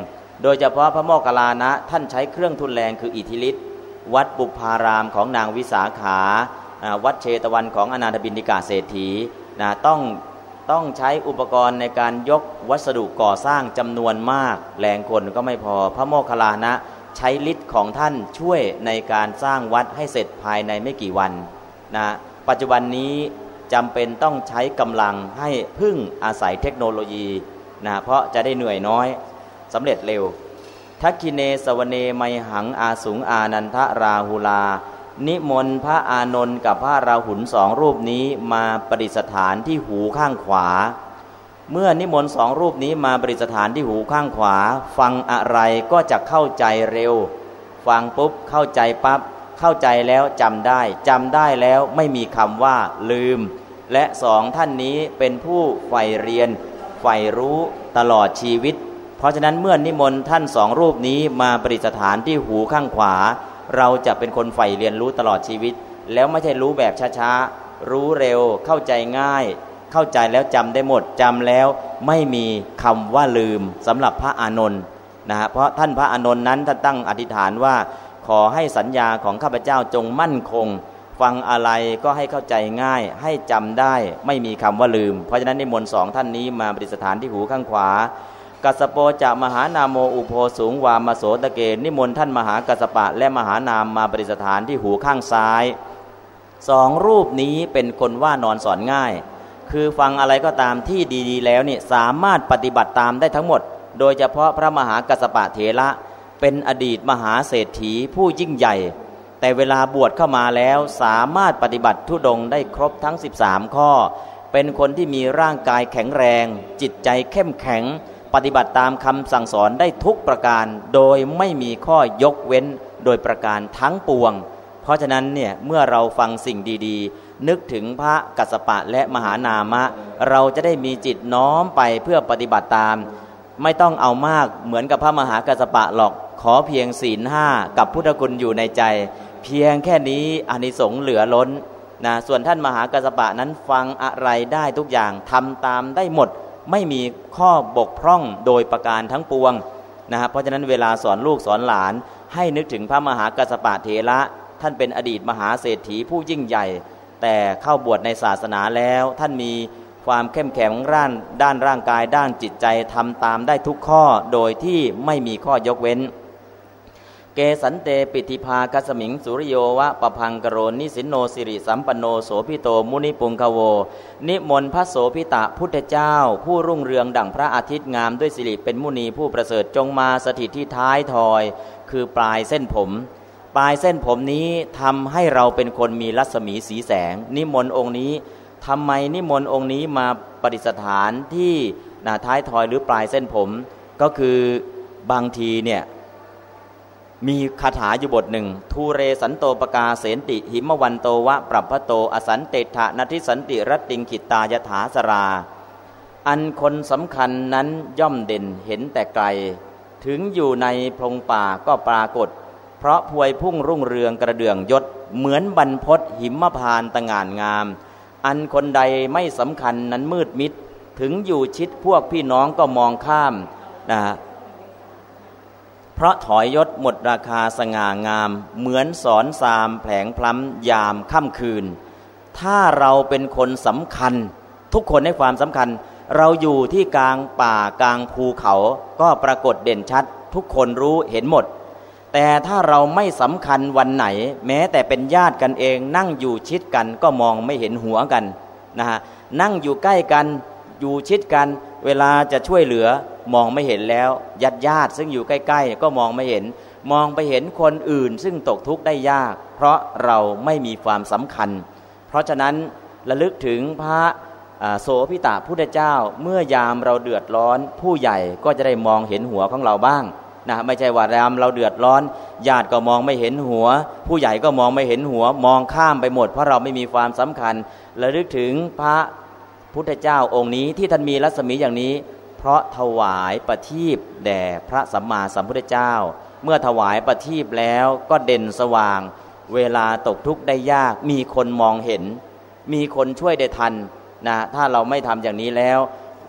โดยเฉพาะพระโมคคัลลานะท่านใช้เครื่องทุนแรงคืออิทธิฤทธิ์วัดบุพารามของนางวิสาขาวัดเชตวันของอนาถบิณฑิกาเศรษฐีนะต้องต้องใช้อุปกรณ์ในการยกวัสดุก่อสร้างจำนวนมากแรงคนก็ไม่พอพระโมคคัลลานะใช้ฤทธิ์ของท่านช่วยในการสร้างวัดให้เสร็จภายในไม่กี่วันนะปัจจุบันนี้จำเป็นต้องใช้กำลังให้พึ่งอาศัยเทคโนโลยีนะเพราะจะได้เหนื่อยน้อยสำเร็จเร็วทักขิเนสวเนไมหังอาสุงอานันทราหุลานิมนต์พระอานนท์กับพระราหุลสองรูปนี้มาประดิษฐานที่หูข้างขวาเมื่อนิมนต์สองรูปนี้มาประดิษฐานที่หูข้างขวาฟังอะไรก็จะเข้าใจเร็วฟังปุ๊บเข้าใจปั๊บเข้าใจแล้วจำได้จำได้แล้วไม่มีคำว่าลืมและสองท่านนี้เป็นผู้ใฝ่เรียนใฝ่รู้ตลอดชีวิตเพราะฉะนั้นเมื่อนิมนต์ท่านสองรูปนี้มาประดิษฐานที่หูข้างขวาเราจะเป็นคนใฝ่เรียนรู้ตลอดชีวิตแล้วไม่ใช่รู้แบบช้าๆรู้เร็วเข้าใจง่ายเข้าใจแล้วจำได้หมดจำแล้วไม่มีคำว่าลืมสำหรับพระอานนท์นะฮะเพราะท่านพระอานนท์นั้นท่านตั้งอธิษฐานว่าขอให้สัญญาของข้าพเจ้าจงมั่นคงฟังอะไรก็ให้เข้าใจง่ายให้จำได้ไม่มีคำว่าลืมเพราะฉะนั้นนิมนต์สองท่านนี้มาประดิษฐานที่หูข้างขวากัสสโปจะมหานาโมอุโพสูงวามโสตเกนิมนต์ท่านมหากัสสปะและมหานามมาประดิษฐานที่หูข้างซ้ายสองรูปนี้เป็นคนว่านอนสอนง่ายคือฟังอะไรก็ตามที่ดีๆแล้วเนี่ยสามารถปฏิบัติตามได้ทั้งหมดโดยเฉพาะพระมหากัสสปะเถระเป็นอดีตมหาเศรษฐีผู้ยิ่งใหญ่แต่เวลาบวชเข้ามาแล้วสามารถปฏิบัติธุดงค์ได้ครบทั้งสิบสามข้อเป็นคนที่มีร่างกายแข็งแรงจิตใจเข้มแข็งปฏิบัติตามคำสั่งสอนได้ทุกประการโดยไม่มีข้อยกเว้นโดยประการทั้งปวงเพราะฉะนั้นเนี่ยเมื่อเราฟังสิ่งดีๆนึกถึงพระกัสสปะและมหานามะเราจะได้มีจิตน้อมไปเพื่อปฏิบัติตามไม่ต้องเอามากเหมือนกับพระมหากัสสปะหรอกขอเพียงศีลห้ากับพุทธคุณอยู่ในใจเพียงแค่นี้อานิสงส์เหลือล้นนะส่วนท่านมหากัสสปะนั้นฟังอะไรได้ทุกอย่างทำตามได้หมดไม่มีข้อบกพร่องโดยประการทั้งปวงนะครับเพราะฉะนั้นเวลาสอนลูกสอนหลานให้นึกถึงพระมหากัสสปะเถระท่านเป็นอดีตมหาเศรษฐีผู้ยิ่งใหญ่แต่เข้าบวชในศาสนาแล้วท่านมีความเข้มแข็งร่างด้านร่างกายด้านจิตใจทำตามได้ทุกข้อโดยที่ไม่มีข้อยกเว้นเกสันเตปิธิภาคัสมิงสุริโยวะปพังกโรนิสินโนสิริสัมปันโนโสภิโตมุนิปุงคโวนิมนต์พระโสภิตะพุทธเจ้าผู้รุ่งเรืองดั่งพระอาทิตย์งามด้วยสิริเป็นมุนีผู้ประเสริฐจงมาสถิตที่ท้ายทอยคือปลายเส้นผมปลายเส้นผมนี้ทำให้เราเป็นคนมีรัศมีสีแสงนิมนต์องค์นี้ทำไมนิมนต์องค์นี้มาประดิษฐานที่ท้ายทอยหรือปลายเส้นผมก็คือบางทีเนี่ยมีคาถาอยู่บทหนึ่งทูเรสันโตปกาเสนติหิมวันโตวะปรับพโตอสันเตถะนัทิสันติรัตติงขิตายถาสราอันคนสำคัญนั้นย่อมเด่นเห็นแต่ไกลถึงอยู่ในพงป่าก็ปรากฏเพราะพวยพุ่งรุ่งเรืองกระเดื่องยศเหมือนบรรพตหิมพานตะงานงามอันคนใดไม่สำคัญนั้นมืดมิดถึงอยู่ชิดพวกพี่น้องก็มองข้ามนะเพราะถอยยศหมดราคาสง่างามเหมือนสอนสามแผลงพล้ำยามค่ำคืนถ้าเราเป็นคนสำคัญทุกคนให้ความสำคัญเราอยู่ที่กลางป่ากลางภูเขาก็ปรากฏเด่นชัดทุกคนรู้เห็นหมดแต่ถ้าเราไม่สำคัญวันไหนแม้แต่เป็นญาติกันเองนั่งอยู่ชิดกันก็มองไม่เห็นหัวกันนะฮะนั่งอยู่ใกล้กันอยู่ชิดกันเวลาจะช่วยเหลือมองไม่เห็นแล้วญาติญาติซึ่งอยู่ใกล้ๆก็มองไม่เห็นมองไปเห็นคนอื่นซึ่งตกทุกข์ได้ยากเพราะเราไม่มีความสำคัญเพราะฉะนั้นระลึกถึงพระโสภิตะพุทธเจ้าเมื่อยามเราเดือดร้อนผู้ใหญ่ก็จะได้มองเห็นหัวของเราบ้างนะไม่ใช่ว่ายามเราเดือดร้อนญาติก็มองไม่เห็นหัวผู้ใหญ่ก็มองไม่เห็นหัวมองข้ามไปหมดเพราะเราไม่มีความสำคัญระลึกถึงพระพุทธเจ้าองค์นี้ที่ท่านมีรัศมีอย่างนี้เพราะถวายประทีปแด่พระสัมมาสัมพุทธเจ้าเมื่อถวายประทีปแล้วก็เด่นสว่างเวลาตกทุกข์ได้ยากมีคนมองเห็นมีคนช่วยได้ทันนะถ้าเราไม่ทำอย่างนี้แล้ว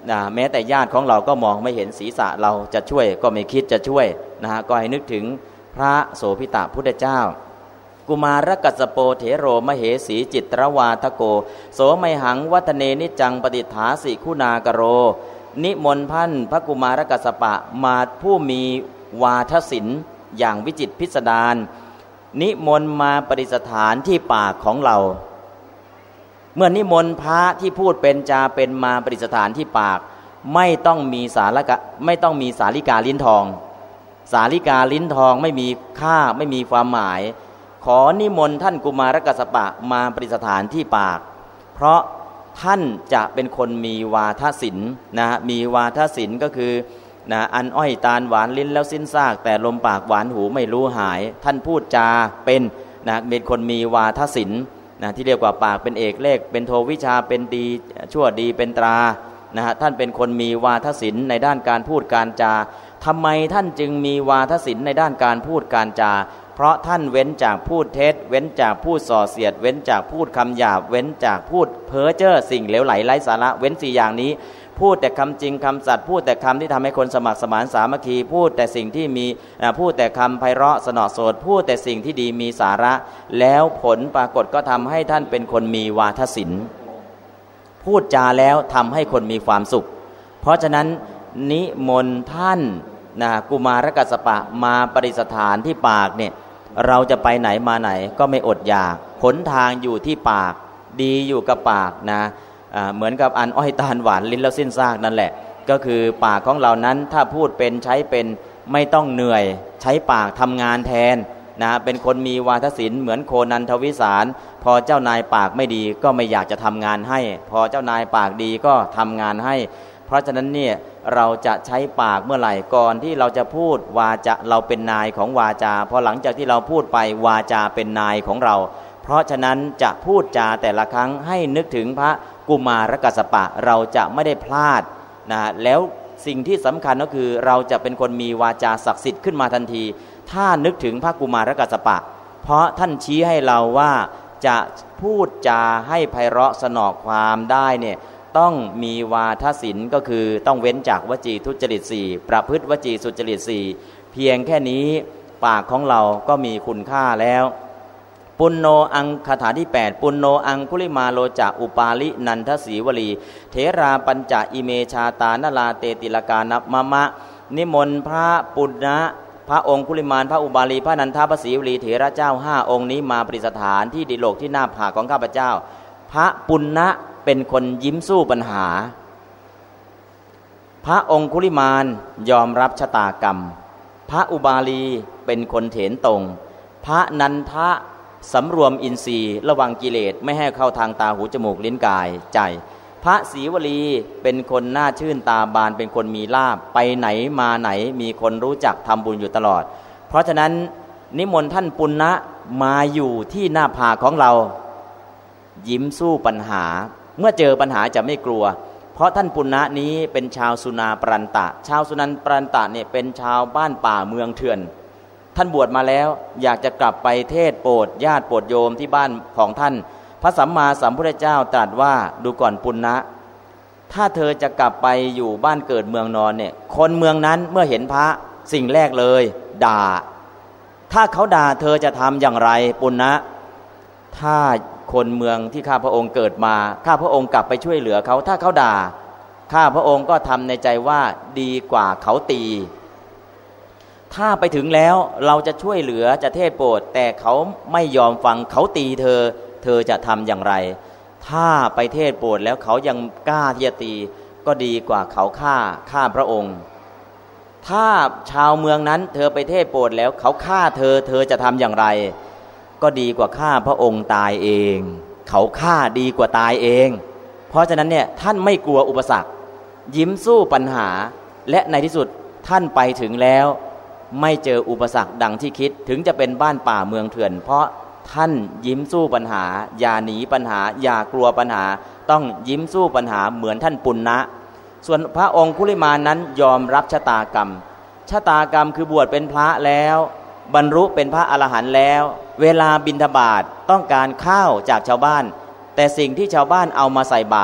นะแม้แต่ญาติของเราก็มองไม่เห็นศีรษะเราจะช่วยก็ไม่คิดจะช่วยนะฮะก็ให้นึกถึงพระโสภิตพุทธเจ้ากุมารกัสสโปเถโรมเหสีจิตรวาทโกโสไมหังวัฒเนนิจังปฏิฐาสิคุณากโรนิมนต์พันพระกุมารกัสสปะมาผู้มีวาทศิลป์อย่างวิจิตรพิสดารนิมนต์มาประดิษฐานที่ปากของเราเมื่อนิมนต์พระที่พูดเป็นจาเป็นมาประดิษฐานที่ปากไม่ต้องมีสาลกะไม่ต้องมีสาลิกาลิ้นทองสาลิกาลิ้นทองไม่มีค่าไม่มีความหมายขอนิมนต์ท่านกุมารกัสสปะมาประดิษฐานที่ปากเพราะท่านจะเป็นคนมีวาทศิลป์นะมีวาทศิลป์ก็คือนะอันอ้อยตาลหวานลิ้นแล้วสิ้นซากแต่ลมปากหวานหูไม่รู้หายท่านพูดจาเป็นนะเป็นคนมีวาทศิลป์นะที่เรียกว่าปากเป็นเอกเลขเป็นโทวิชาเป็นดีชั่วดีเป็นตรานะฮะท่านเป็นคนมีวาทศิลป์ในด้านการพูดการจาทำไมท่านจึงมีวาทศิลป์ในด้านการพูดการจาเพราะท่านเว้นจากพูดเท็จเว้นจากพูดส่อเสียดเว้นจากพูดคำหยาบเว้นจากพูดเพ้อเจ้อสิ่งเหลวไหลไร้สาระเว้นสี่อย่างนี้พูดแต่คำจริงคำสัตย์พูดแต่คำที่ทำให้คนสมัครสมานสามัคคีพูดแต่สิ่งที่มีพูดแต่คำไพเราะสนอโสดพูดแต่สิ่งที่ดีมีสาระแล้วผลปรากฏก็ทำให้ท่านเป็นคนมีวาทศิลป์พูดจาแล้วทำให้คนมีความสุขเพราะฉะนั้นนิมนต์ท่านนะกุมารกัสสปะมาประดิษฐานที่ปากเนี่ยเราจะไปไหนมาไหนก็ไม่อดอยากหนทางอยู่ที่ปากดีอยู่กับปากนะเหมือนกับอันอ้อยตาลหวานลิ้นแล้วสิ้นซากนั่นแหละก็คือปากของเรานั้นถ้าพูดเป็นใช้เป็นไม่ต้องเหนื่อยใช้ปากทำงานแทนนะเป็นคนมีวาทศิลป์เหมือนโคนันทวิสารพอเจ้านายปากไม่ดีก็ไม่อยากจะทำงานให้พอเจ้านายปากดีก็ทำงานให้เพราะฉะนั้นเนี่ยเราจะใช้ปากเมื่อไหร่ก่อนที่เราจะพูดวาจาเราเป็นนายของวาจาพอหลังจากที่เราพูดไปวาจาเป็นนายของเราเพราะฉะนั้นจะพูดจาแต่ละครั้งให้นึกถึงพระกุมารกัสสปะเราจะไม่ได้พลาดนะแล้วสิ่งที่สำคัญก็คือเราจะเป็นคนมีวาจาศักดิ์สิทธิ์ขึ้นมาทันทีถ้านึกถึงพระกุมารกัสสปะเพราะท่านชี้ให้เราว่าจะพูดจาให้ไพเราะสนอความได้เนี่ยต้องมีวาทศิลป์ก็คือต้องเว้นจากวจีทุจริตสี่ประพฤติวจีสุจริตสี่เพียงแค่นี้ปากของเราก็มีคุณค่าแล้วปุณโนอังคาถาที่แปดปุณโนอังคุลิมาโลจะอุปาลินันทสีวลีเถราปัญจอิเมชาตานลาเตติลกานับมะมะนิมนต์พระปุณณะพระองค์คุลิมานพระอุบาลีพระนันทปสีวลีเถระเจ้าห้าองค์นี้มาประดิษฐานที่ดิโลกที่หน้าผากของข้าพเจ้าพระปุณณะเป็นคนยิ้มสู้ปัญหาพระองคุลิมานยอมรับชะตากรรมพระอุบาลีเป็นคนเถนตรงพระนันทะสำรวมอินทรีย์ระวังกิเลสไม่ให้เข้าทางตาหูจมูกลิ้นกายใจพระศรีวลีเป็นคนหน้าชื่นตาบานเป็นคนมีลาภไปไหนมาไหนมีคนรู้จักทำบุญอยู่ตลอดเพราะฉะนั้นนิมนต์ท่านปุณณะมาอยู่ที่หน้าผากของเรายิ้มสู้ปัญหาเมื่อเจอปัญหาจะไม่กลัวเพราะท่านปุณณะนี้เป็นชาวสุนาปรันตะชาวสุนันปรันตะเนี่ยเป็นชาวบ้านป่าเมืองเถื่อนท่านบวชมาแล้วอยากจะกลับไปเทศโปรดญาติโปรดโยมที่บ้านของท่านพระสัมมาสัมพุทธเจ้าตรัสว่าดูก่อนปุณณะถ้าเธอจะกลับไปอยู่บ้านเกิดเมืองนอนเนี่ยคนเมืองนั้นเมื่อเห็นพระสิ่งแรกเลยด่าถ้าเขาด่าเธอจะทำอย่างไรปุณณะถ้าคนเมืองที่ข้าพระองค์เกิดมาข้าพระองค์กลับไปช่วยเหลือเขาถ้าเขาด่าข้าพระองค์ก็ทำในใจว่าดีกว่าเขาตีถ้าไปถึงแล้วเราจะช่วยเหลือจะเทศโปรดแต่เขาไม่ยอมฟังเขาตีเธอเธอจะทำอย่างไรถ้าไปเทศโปรดแล้วเขายังกล้าที่จะตีก็ดีกว่าเขาฆ่าฆ่าพระองค์ถ้าชาวเมืองนั้นเธอไปเทศโปรดแล้วเขาฆ่าเธอเธอจะทำอย่างไรก็ดีกว่าฆ่าพระองค์ตายเองเขาฆ่าดีกว่าตายเองเพราะฉะนั้นเนี่ยท่านไม่กลัวอุปสรรคยิ้มสู้ปัญหาและในที่สุดท่านไปถึงแล้วไม่เจออุปสรรคดังที่คิดถึงจะเป็นบ้านป่าเมืองเถื่อนเพราะท่านยิ้มสู้ปัญหาอย่าหนีปัญหาอย่ากลัวปัญหาต้องยิ้มสู้ปัญหาเหมือนท่านปุณณะส่วนพระองค์คุลิมานนั้นยอมรับชะตากรรมชะตากรรมคือบวชเป็นพระแล้วบรรลุเป็นพระอรหันต์แล้วเวลาบิณฑบาตต้องการข้าวจากชาวบ้านแต่สิ่งที่ชาวบ้านเอามาใส่บาตร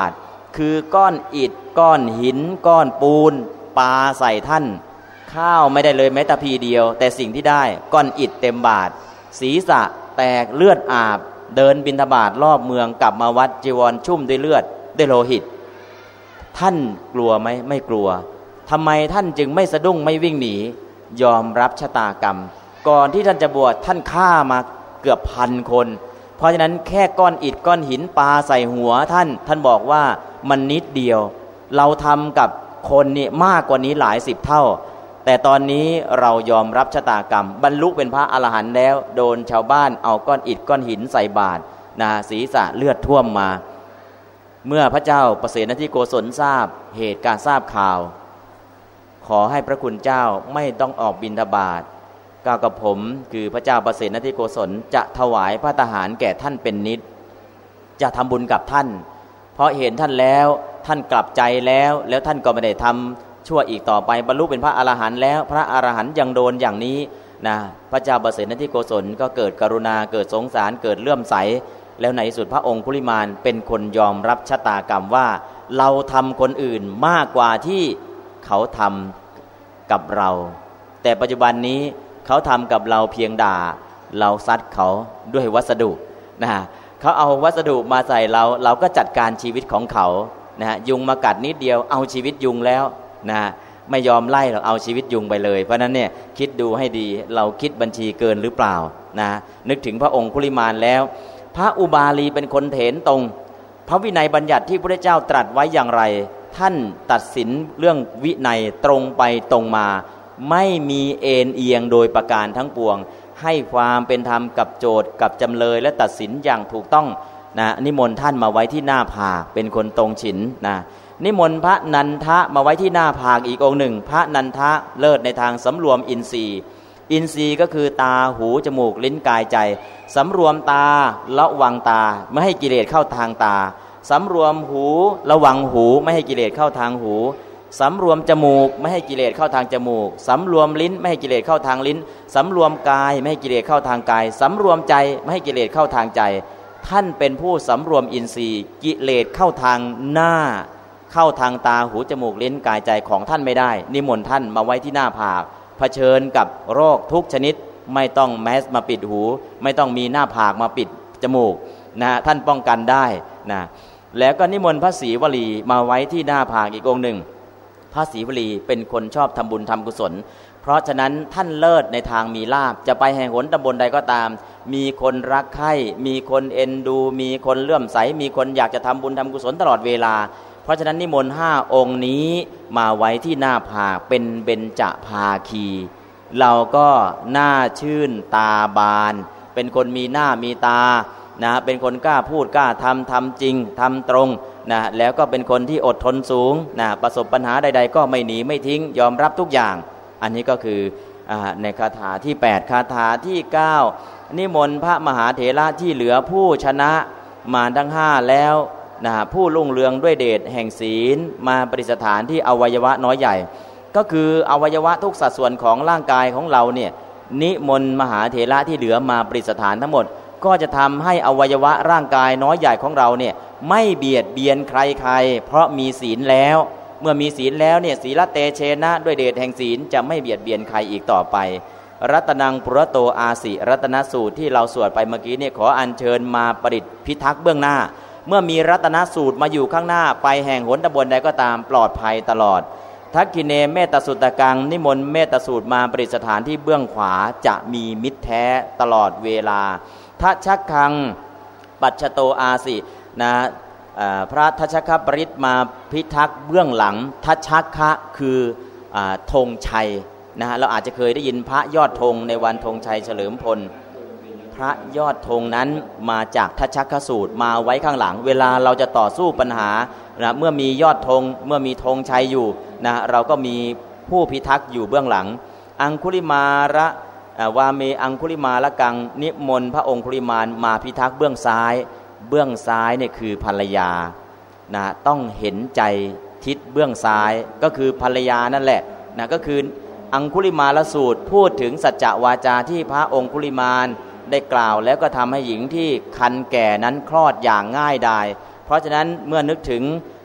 คือก้อนอิฐก้อนหินก้อนปูนปาใส่ท่านข้าวไม่ได้เลยแม้แต่พีเดียวแต่สิ่งที่ได้ก้อนอิฐเต็มบาทศีรษะแตกเลือดอาบเดินบิณฑบาตรอบเมืองกลับมาวัดจีวรชุ่มด้วยเลือดด้วยโลหิตท่านกลัวไหมไม่กลัวทำไมท่านจึงไม่สะดุ้งไม่วิ่งหนียอมรับชะตากรรมก่อนที่ท่านจะบวชท่านฆ่ามาเกือบพันคนเพราะฉะนั้นแค่ก้อนอิฐก้อนหินปาใส่หัวท่านท่านบอกว่ามันนิดเดียวเราทำกับคนนี่มากกว่านี้หลายสิบเท่าแต่ตอนนี้เรายอมรับชะตากรรมบรรลุเป็นพระอรหันต์แล้วโดนชาวบ้านเอาก้อนอิฐก้อนหินใส่บาตรนะศีรษะเลือดท่วมมาเมื่อพระเจ้าประเสนทิโกศลทราบเหตุการทราบข่าวขอให้พระคุณเจ้าไม่ต้องออกบิณฑบาตก้าวกับผมคือพระเจ้าประเสนทิโกศลจะถวายพระทหารแก่ท่านเป็นนิจจะทำบุญกับท่านเพราะเห็นท่านแล้วท่านกลับใจแล้วแล้วท่านก็ไม่ได้ทำชั่วอีกต่อไปบรรลุเป็นพระอรหันต์แล้วพระอรหันต์ยังโดนอย่างนี้นะพระเจ้าประเสนทิโกศลก็เกิดกรุณาเกิดสงสารเกิดเลื่อมใสแล้วในที่สุดพระองค์คุลิมานเป็นคนยอมรับชะตากรรมว่าเราทำคนอื่นมากกว่าที่เขาทำกับเราแต่ปัจจุบันนี้เขาทำกับเราเพียงด่าเราซัดเขาด้วยวัสดุนะเขาเอาวัสดุมาใส่เราเราก็จัดการชีวิตของเขานะยุงมากัดนิดเดียวเอาชีวิตยุงแล้วนะไม่ยอมไล่หรอกเอาชีวิตยุงไปเลยเพราะนั้นเนี่ยคิดดูให้ดีเราคิดบัญชีเกินหรือเปล่านะนึกถึงพระองค์คุลิมานแล้วพระอุบาลีเป็นคนเถนตรงพระวินัยบัญญัติที่พระเจ้าตรัสไว้อย่างไรท่านตัดสินเรื่องวินัยตรงไปตรงมาไม่มีเอ็นเอียงโดยประการทั้งปวงให้ความเป็นธรรมกับโจทย์กับจำเลยและตัดสินอย่างถูกต้องนะนิมนต์ท่านมาไว้ที่หน้าผากเป็นคนตรงฉินนะนิมนต์พระนันทะมาไว้ที่หน้าผากอีกองค์หนึ่งพระนันทะเลิศในทางสำรวมอินทรีย์อินทรีย์ก็คือตาหูจมูกลิ้นกายใจสำรวมตาระวังตาไม่ให้กิเลสเข้าทางตาสำรวมหูระวังหูไม่ให้กิเลสเข้าทางหูสำรวมจมูกไม่ให้กิเลสเข้าทางจมูกสำรวมลิ้นไม่ให้กิเลสเข้าทางลิ้นสำรวมกายไม่ให้กิเลสเข้าทางกายสำรวมใจไม่ให้กิเลสเข้าทางใจท่านเป็นผู้สำรวมอินทรีย์กิเลสเข้าทางหน้าเข้าทางตาหูจมูกลิ้นกายใจของท่านไม่ได้นิมนต์ท่านมาไว้ที่หน้าผากเผชิญกับโรคทุกชนิดไม่ต้องแมสมาปิดหูไม่ต้องมีหน้าผากมาปิดจมูกนะท่านป้องกันได้นะแล้วก็นิมนต์พระศรีวลีมาไว้ที่หน้าผากอีกองค์หนึ่งพระศรีวลีเป็นคนชอบทำบุญทำกุศลเพราะฉะนั้นท่านเลิศในทางมีลาภจะไปแห่งหนตำบลใดก็ตามมีคนรักใคร่มีคนเอ็นดูมีคนเลื่อมใสมีคนอยากจะทำบุญทำกุศลตลอดเวลาเพราะฉะนั้นนิมนต์ห้าองค์นี้มาไว้ที่หน้าผากเป็นเบญจภาคีเราก็หน้าชื่นตาบานเป็นคนมีหน้ามีตานะเป็นคนกล้าพูดกล้าทำทำจริงทำตรงนะแล้วก็เป็นคนที่อดทนสูงนะประสบปัญหาใดๆก็ไม่หนีไม่ทิ้งยอมรับทุกอย่างอันนี้ก็คือในคาถาที่แปดคาถาที่เก้านิมนต์พระมหาเถระที่เหลือผู้ชนะมารทั้งห้าแล้วนะผู้รุ่งเรืองด้วยเดชแห่งศีลมาประดิษฐานที่อวัยวะน้อยใหญ่ก็คืออวัยวะทุกสัดส่วนของร่างกายของเราเนี่ยนิมนต์มหาเถระที่เหลือมาประดิษฐานทั้งหมดก็จะทำให้อวัยวะร่างกายน้อยใหญ่ของเราเนี่ยไม่เบียดเบียนใครๆเพราะมีศีลแล้วเมื่อมีศีลแล้วเนี่ยศีลเตเชนะด้วยเดชแห่งศีลจะไม่เบียดเบียนใครอีกต่อไปรัตนังปุระโตอาสิรัตนสูตรที่เราสวดไปเมื่อกี้เนี่ยขออัญเชิญมาประดิษฐ์พิทักษ์เบื้องหน้าเมื่อมีรัตนสูตรมาอยู่ข้างหน้าไปแห่งหนตำบลใดก็ตามปลอดภัยตลอดทักขิเนเมตสุตกังนิมนต์เมตสูตรมาประดิษฐานที่เบื้องขวาจะมีมิตรแท้ตลอดเวลาทัชชักคังปัจฉโตอาสินะพระทัชชัคปริตมาพิทักษ์เบื้องหลังทัชชักคะคือธงชัยนะฮะเราอาจจะเคยได้ยินพระยอดธงในวันธงชัยเฉลิมพลพระยอดธงนั้นมาจากทัชชักสูตรมาไว้ข้างหลังเวลาเราจะต่อสู้ปัญหานะเมื่อมียอดธงเมื่อมีธงชัยอยู่นะเราก็มีผู้พิทักษ์อยู่เบื้องหลังอังคุลิมาระวาเมอังคุลิมาละกังนิมนต์พระองคุลิมานมาพิทักษ์เบื้องซ้ายเบื้องซ้ายเนี่ยคือภรรยานะต้องเห็นใจทิศเบื้องซ้ายก็คือภรรยานั่นแหละนะก็คืออังคุลิมาลสูตรพูดถึงสัจจวาจาที่พระองคุลิมานได้กล่าวแล้วก็ทำให้หญิงที่คันแก่นั้นคลอดอย่างง่ายดายเพราะฉะนั้นเมื่อนึกถึง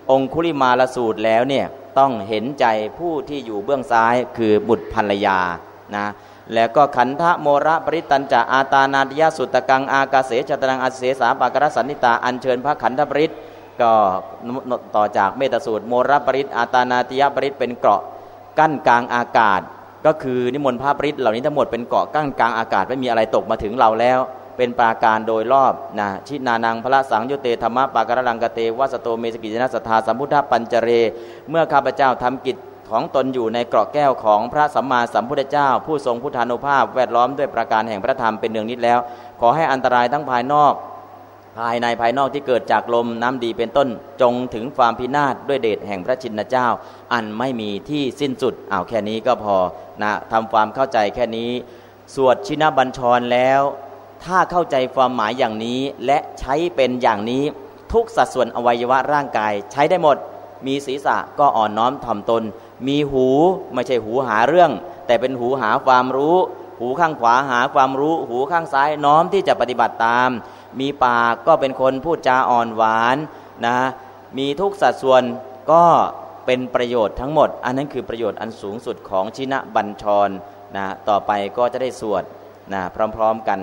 องคุลิมาลสูตรแล้วเนี่ยต้องเห็นใจผู้ที่อยู่เบื้องซ้ายคือบุตรภรรยานะแล้วก็ขันธโมระปริตัญจะอาตานาติยสุตตกังอากาเสชตนังอาเสสาปากรสันนิตาอัญเชิญพระขันธปริตก็ต่อจากเมตสูตรโมระปริตอาตานาติยปริตเป็นเกราะกั้นกลางอากาศก็คือนิมนต์พระปริตเหล่านี้ทั้งหมดเป็นเกราะกั้นกลางอากาศไม่มีอะไรตกมาถึงเราแล้วเป็นปราการโดยรอบนะชินานังพระสังยุเตธรรมะปากรลังกเตวัสโตเมสกิจนะสัทธาสัมพุทธปัญจเรเมื่อข้าพเจ้าทำกิจของตนอยู่ในเกราะแก้วของพระสัมมาสัมพุทธเจ้าผู้ทรงพุทธานุภาพแวดล้อมด้วยประการแห่งพระธรรมเป็นเนืองนิดแล้วขอให้อันตรายทั้งภายนอกภายในภายนอกที่เกิดจากลมน้ำดีเป็นต้นจงถึงความพินาศด้วยเดชแห่งพระชินเจ้าอันไม่มีที่สิ้นสุดอ้าวแค่นี้ก็พอนะทำความเข้าใจแค่นี้สวดชินบัญชรแล้วถ้าเข้าใจความหมายอย่างนี้และใช้เป็นอย่างนี้ทุกสัดส่วนอวัยวะร่างกายใช้ได้หมดมีศีรษะก็อ่อนน้อมถ่อมตนมีหูไม่ใช่หูหาเรื่องแต่เป็นหูหาความรู้หูข้างขวาหาความรู้หูข้างซ้ายน้อมที่จะปฏิบัติตามมีปากก็เป็นคนพูดจาอ่อนหวานนะมีทุกสัดส่วนก็เป็นประโยชน์ทั้งหมดอันนั้นคือประโยชน์อันสูงสุดของชินบัญชรนะต่อไปก็จะได้สวดนะพร้อมๆกัน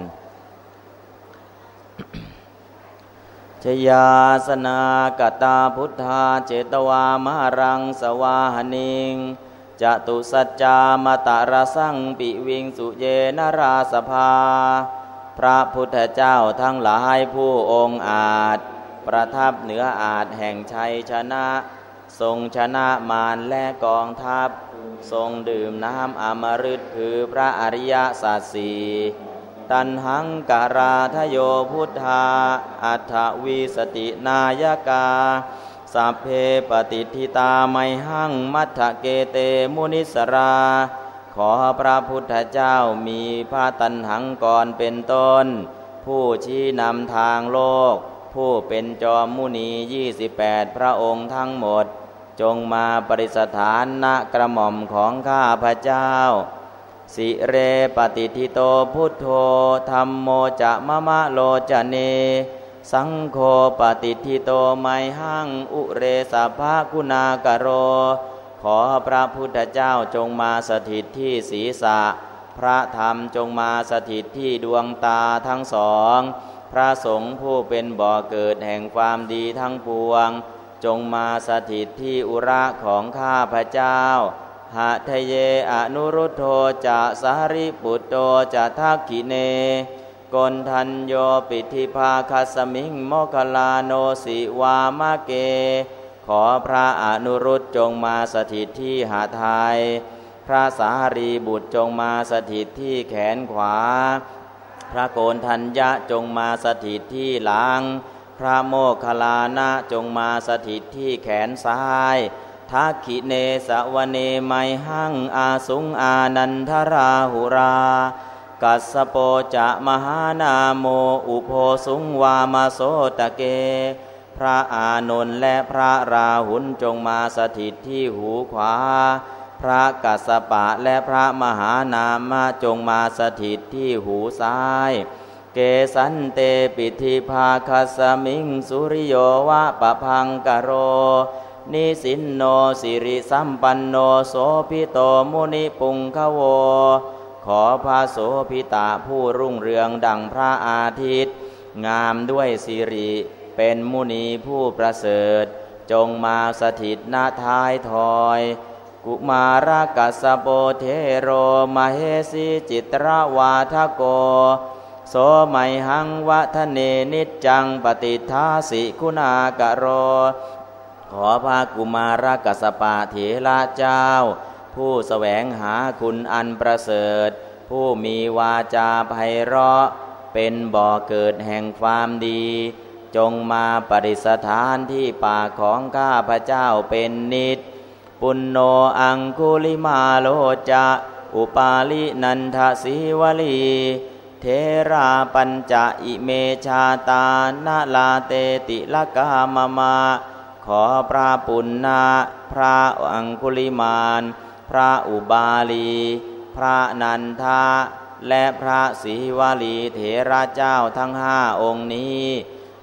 ชยาสนากตาพุทธาเจตวามหรังสวาหนิงจตุสัจจามตะระสังปิวิงสุเยนราสภาพระพุทธเจ้าทั้งหลายผู้องค์อาจประทับเหนืออาจแห่งชัยชนะทรงชนะมารและกองทัพทรงดื่มน้ำอมฤตคือพระอริยสัจสี่ตันหังการาทโยพุทธาอัฏฐวิสตินายกาสัพเพปฏิทิตาไมหังมัทธเกเตมุนิสราขอพระพุทธเจ้ามีพระตันหังก่อนเป็นต้นผู้ชี้นำทางโลกผู้เป็นจอมมุนียี่สิบแปดพระองค์ทั้งหมดจงมาปริสถานณกระหม่อมของข้าพเจ้าสิเรปฏิทิโตพุทโธธัมโมจะมะมะโลจเนสังโฆปฏิทิโตไมหังอุเรสัพพะกุณากโรขอพระพุทธเจ้าจงมาสถิตที่ศีรษะพระธรรมจงมาสถิตที่ดวงตาทั้งสองพระสงฆ์ผู้เป็นบ่อเกิดแห่งความดีทั้งปวงจงมาสถิตที่อุระของข้าพเจ้าหะทะเยอนุรุทโธจะสาริปุตโตจะทักขิเนกนทัญโยปิธิภาคัสมิงโมคลาโนสิวามะเกขอพระอนุรุตจงมาสถิตที่หาไทยพระสารีบุตรจงมาสถิตที่แขนขวาพระโกนทัญญะจงมาสถิตที่หลังพระโมคคัลลานะจงมาสถิตที่แขนซ้ายทักขิเนสวเนไมหังอาสุงอานันทราหุรากัสสโปจะมหานาโมอุโภสุงวามาโสตะเกพระอานนท์และพระราหุลจงมาสถิตที่หูขวาพระกัสสปะและพระมหานามะจงมาสถิตที่หูซ้ายเกสันเตปิธิภาคัสมิงสุริโยวะปะพังกโรนิสินโนสิริสัมปันโนโสภิโตมุนิปุงคโวขอพระโสภิตาผู้รุ่งเรืองดังพระอาทิตย์งามด้วยสิริเป็นมุนีผู้ประเสริฐจงมาสถิตณท้ายทอยกุมารกัสสโปเทโรมเหสีจิตรวาทโกโสไมหังวะทะเนนิจจังปฏิทาสิคุณากโรขอพระกุมารกัสสปะเถระเจ้าผู้แสวงหาคุณอันประเสริฐผู้มีวาจาไพเราะเป็นบ่อเกิดแห่งความดีจงมาปฏิสถานที่ปากของข้าพเจ้าเป็นนิจปุณโญอังคุลิมาโลจะอุปาลินันทสีวลีเทราปัญจอิเมชาตานาลาเตติลกามมาขอพระปุณณะพระอังคุลิมานพระอุบาลีพระนันทะและพระศรีวลีเถระเจ้าทั้งห้าองค์นี้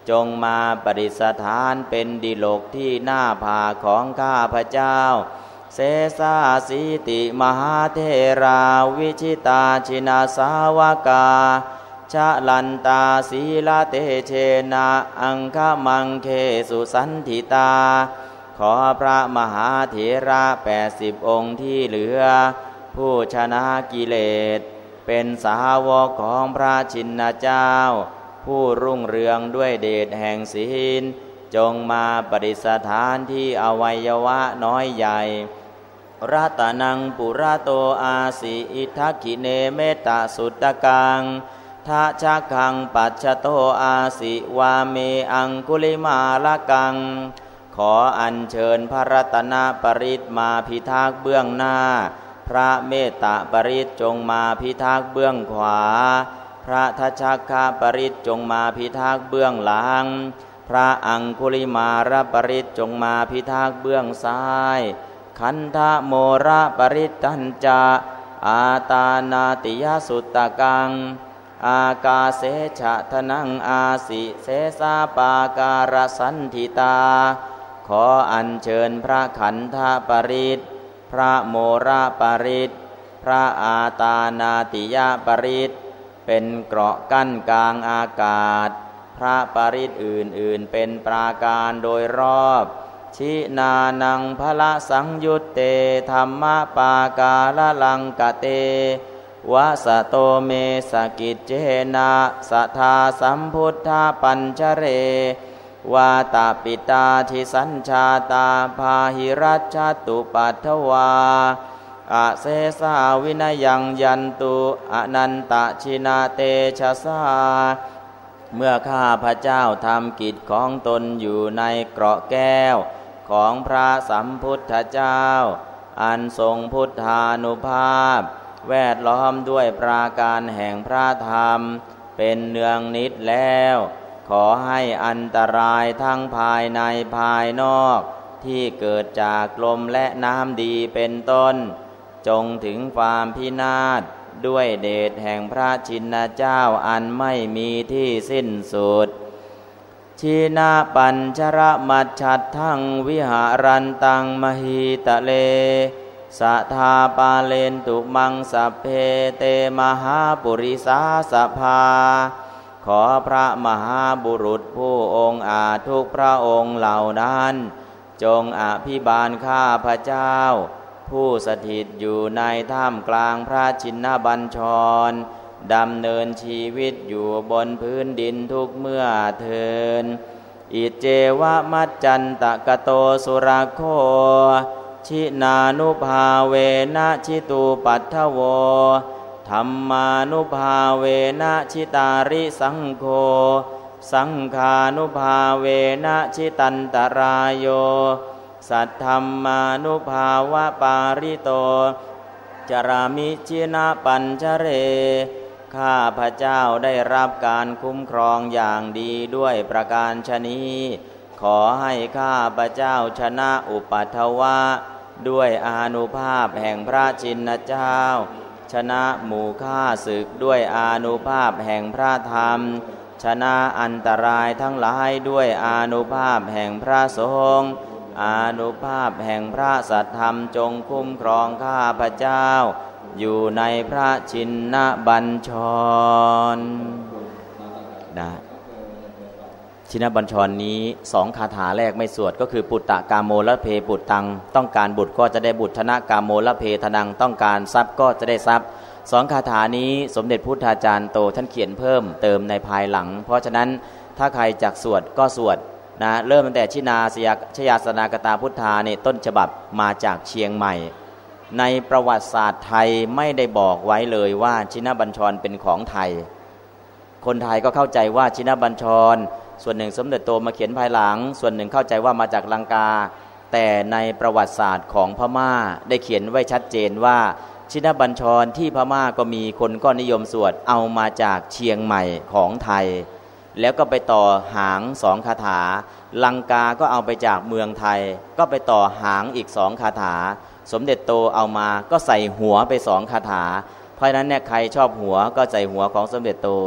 จงมาประดิษฐานเป็นดิโลกที่หน้าผากของข้าพเจ้าเสสาสีติมหาเทราวิชิตาชินาสาวกาชะลันตาศีลเตเชนะอังคมังเคสุสันธิตาขอพระมหาเถระแปดสิบองค์ที่เหลือผู้ชนะกิเลสเป็นสาวกของพระชินเจ้าผู้รุ่งเรืองด้วยเดชแห่งศีลจงมาประดิษฐานที่อวัยวะน้อยใหญ่รัตนังปุระโตอาสิอิทักขิเนเมตตาสุตตกังทะชักขังปัจฉโตอาสิวาเมอังคุลิมาลกังขออัญเชิญพระรัตนปริตมาพิทักษ์เบื้องหน้าพระเมตตาปริตจงมาพิทักษ์เบื้องขวาพระทัชชักขะปริตจงมาพิทักษ์เบื้องหลังพระอังคุลิมารปริตจงมาพิทักษ์เบื้องซ้ายขันธโมระปริตตัญจาอาตานาติยสุตตะกังอากาเสฉะทนังอาสิเสสาปาการสันธิตาขออัญเชิญพระขันธปริตพระโมระปริตพระอาตานาติยปริตเป็นเกราะกั้นกลางอากาศพระปริตอื่นๆเป็นปราการโดยรอบชินานังพละสังยุตเตธรรมปากาลลังกเตวะสะโตเมสกิจเจนะสัทธาสัมพุทธาปัญชเรวาตาปิตาทิสัญชาตาพาหิรัชตุปัทวาอาเสสาวินยังยันตุอนันตชินาเตชะสาเมื่อข้าพระเจ้าทำกิจของตนอยู่ในเกราะแก้วของพระสัมพุทธเจ้าอันทรงพุทธานุภาพแวดล้อมด้วยปราการแห่งพระธรรมเป็นเนืองนิดแล้วขอให้อันตรายทั้งภายในภายนอกที่เกิดจากลมและน้ำดีเป็นต้นจงถึงความพินาศด้วยเดชแห่งพระชินเจ้าอันไม่มีที่สิ้นสุดชีนาปัญชระมัจฉัตถังวิหารันตังมหิตะเลสัทธาปาเลนตุมังสัพเพเตมหาปุริสาสภาขอพระมหาบุรุษผู้องค์อาจทุกพระองค์เหล่านั้นจงอภิบาลข้าพระเจ้าผู้สถิตอยู่ในท่ามกลางพระชินบัญชรดำเนินชีวิตอยู่บนพื้นดินทุกเมื่อเทินอิเจวะมัจจันตะกะโตสุรโคชินานุภาเวนะชิตูปัทถโวธัมมานุภาเวนะชิตาริสังโฆสังฆานุภาเวนะชิตันตรายโยสัทธัมมานุภาวะปาริโตจารามิชินะปัญชเรข้าพระเจ้าได้รับการคุ้มครองอย่างดีด้วยประการฉนี้ขอให้ข้าพระเจ้าชนะอุปัฏฐวะด้วยอานุภาพแห่งพระชินเจ้าชนะหมู่ข้าศึกด้วยอานุภาพแห่งพระธรรมชนะอันตรายทั้งหลายด้วยอานุภาพแห่งพระสงฆ์อานุภาพแห่งพระสัทธรรมจงคุ้มครองข้าพระเจ้าอยู่ในพระชินบัญชรนะชินบัญชรนี้สองคาถาแรกไม่สวดก็คือปุตตะกาโมละเพปุตตังต้องการบุตรก็จะได้บุตรธนกาโมละเพทนังต้องการทรัพย์ก็จะได้ทรัพย์สองคาถานี้สมเด็จพุทธาจารย์โตท่านเขียนเพิ่มเติมในภายหลังเพราะฉะนั้นถ้าใครจักสวดก็สวดนะเริ่มตั้งแต่ชินาสยชยาสนากตาพุทธาเนี่ยต้นฉบับมาจากเชียงใหม่ในประวัติศาสตร์ไทยไม่ได้บอกไว้เลยว่าชินบัญชรเป็นของไทยคนไทยก็เข้าใจว่าชินบัญชรส่วนหนึ่งสมเด็จโตมาเขียนภายหลังส่วนหนึ่งเข้าใจว่ามาจากลังกาแต่ในประวัติศาสตร์ของพม่าได้เขียนไว้ชัดเจนว่าชินบัญชรที่พม่าก็มีคนก็นิยมสวดเอามาจากเชียงใหม่ของไทยแล้วก็ไปต่อหางสองคาถาลังกาก็เอาไปจากเมืองไทยก็ไปต่อหางอีกสองคาถาสมเด็จโตเอามาก็ใส่หัวไปสองคาถาเพราะฉะนั้นเนี่ยใครชอบหัวก็ใส่หัวของสมเด็จโต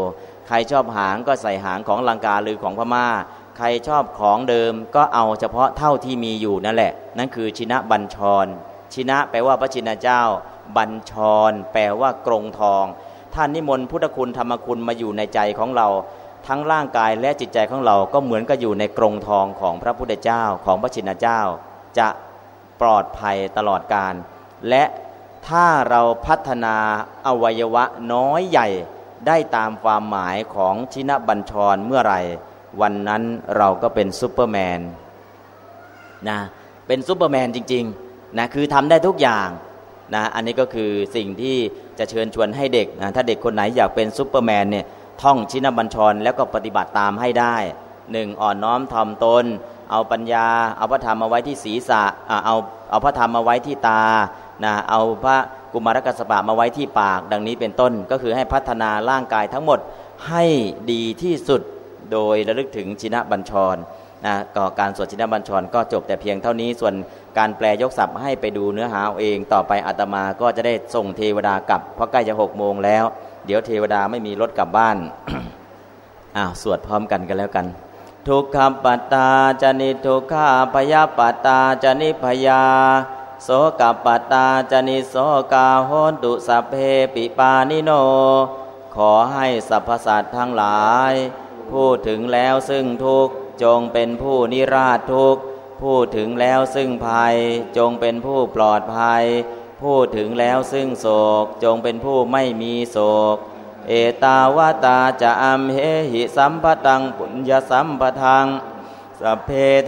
ใครชอบหางก็ใส่หางของลังกาหรือของพม่าใครชอบของเดิมก็เอาเฉพาะเท่าที่มีอยู่นั่นแหละนั่นคือชินะบัญชรชินะแปลว่าพระชินเจ้าบัญชรแปลว่ากรงทองท่านนิมนต์พุทธคุณธรรมคุณมาอยู่ในใจของเราทั้งร่างกายและจิตใจของเราก็เหมือนกับอยู่ในกรงทองของพระพุทธเจ้าของพระชินเจ้าจะปลอดภัยตลอดกาลและถ้าเราพัฒนาอวัยวะน้อยใหญ่ได้ตามความหมายของชินะบัญชรเมื่อไหร่วันนั้นเราก็เป็นซุปเปอร์แมนนะเป็นซุปเปอร์แมนจริงๆนะคือทำได้ทุกอย่างนะอันนี้ก็คือสิ่งที่จะเชิญชวนให้เด็กนะถ้าเด็กคนไหนอยากเป็นซุปเปอร์แมนเนี่ยท่องชินบัญชรแล้วก็ปฏิบัติตามให้ได้หนึ่งอ่อนน้อมถ่อมตนเอาปัญญาเอาพระธรรมมาไว้ที่ศีรษะเอาเอาพระธรรมมาไว้ที่ตานะเอาพระกุมารกัสสปะมาไว้ที่ปากดังนี้เป็นต้นก็คือให้พัฒนาร่างกายทั้งหมดให้ดีที่สุดโดยระลึกถึงชินบัญชรนะก็การสวดชินบัญชรก็จบแต่เพียงเท่านี้ส่วนการแปลยกศัพท์ให้ไปดูเนื้อหาเอาเองต่อไปอาตมาก็จะได้ส่งเทวดากลับเพราะใกล้จะหกโมงแล้วเดี๋ยวเทวดาไม่มีรถกลับบ้าน อ้าวสวดพร้อมกันกันแล้วกันทุกขปัตตาจนิทุกขาพยาปัตตาจนิพยาโสกปัตตาจนิโสกาโหนตุสัพเพปิปานิโนขอให้สรรพสัตว์ทั้งหลายพูดถึงแล้วซึ่งทุกข์จงเป็นผู้นิราชทุกข์พูดถึงแล้วซึ่งภัยจงเป็นผู้ปลอดภัยพูดถึงแล้วซึ่งโศกจงเป็นผู้ไม่มีโศกเอตาวาตาจะอัมเหหิสัมปตังปุญญสัมปทังสัพเพเท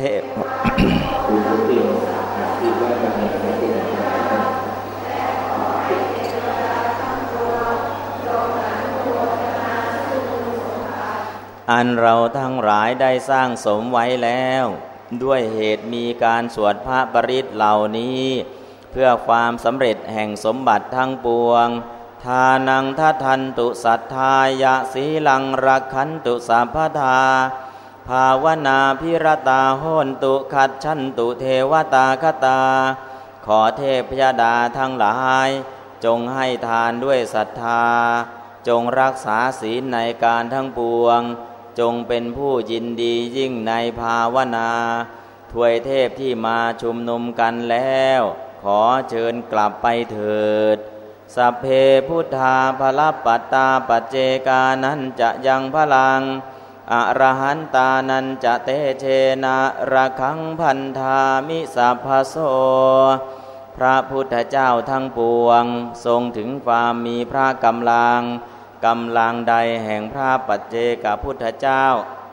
อันเราทั้งหลายได้สร้างสมไว้แล้วด้วยเหตุมีการสวดพระปริตเหล่านี้เพื่อความสำเร็จแห่งสมบัติทั้งปวงทานังทัทันตุสัทธายะสีลังรักขันตุสัพพทาภาวนาพิรตาโหนตุขัดชันตุเทวตาคตาขอเทพยดาทั้งหลายจงให้ทานด้วยศรัทธาจงรักษาศีลในการทั้งปวงจงเป็นผู้ยินดียิ่งในภาวนาทวยเทพที่มาชุมนุมกันแล้วขอเชิญกลับไปเถิดสัพเพพุทธาภลปัตตาปัจเจกานันจะยังพลังอรหันตานันจะเตเชนะระคังพันธามิสัพพโสพระพุทธเจ้าทั้งปวงทรงถึงความมีพระกำลังกำลังใดแห่งพระปัจเจกพุทธเจ้า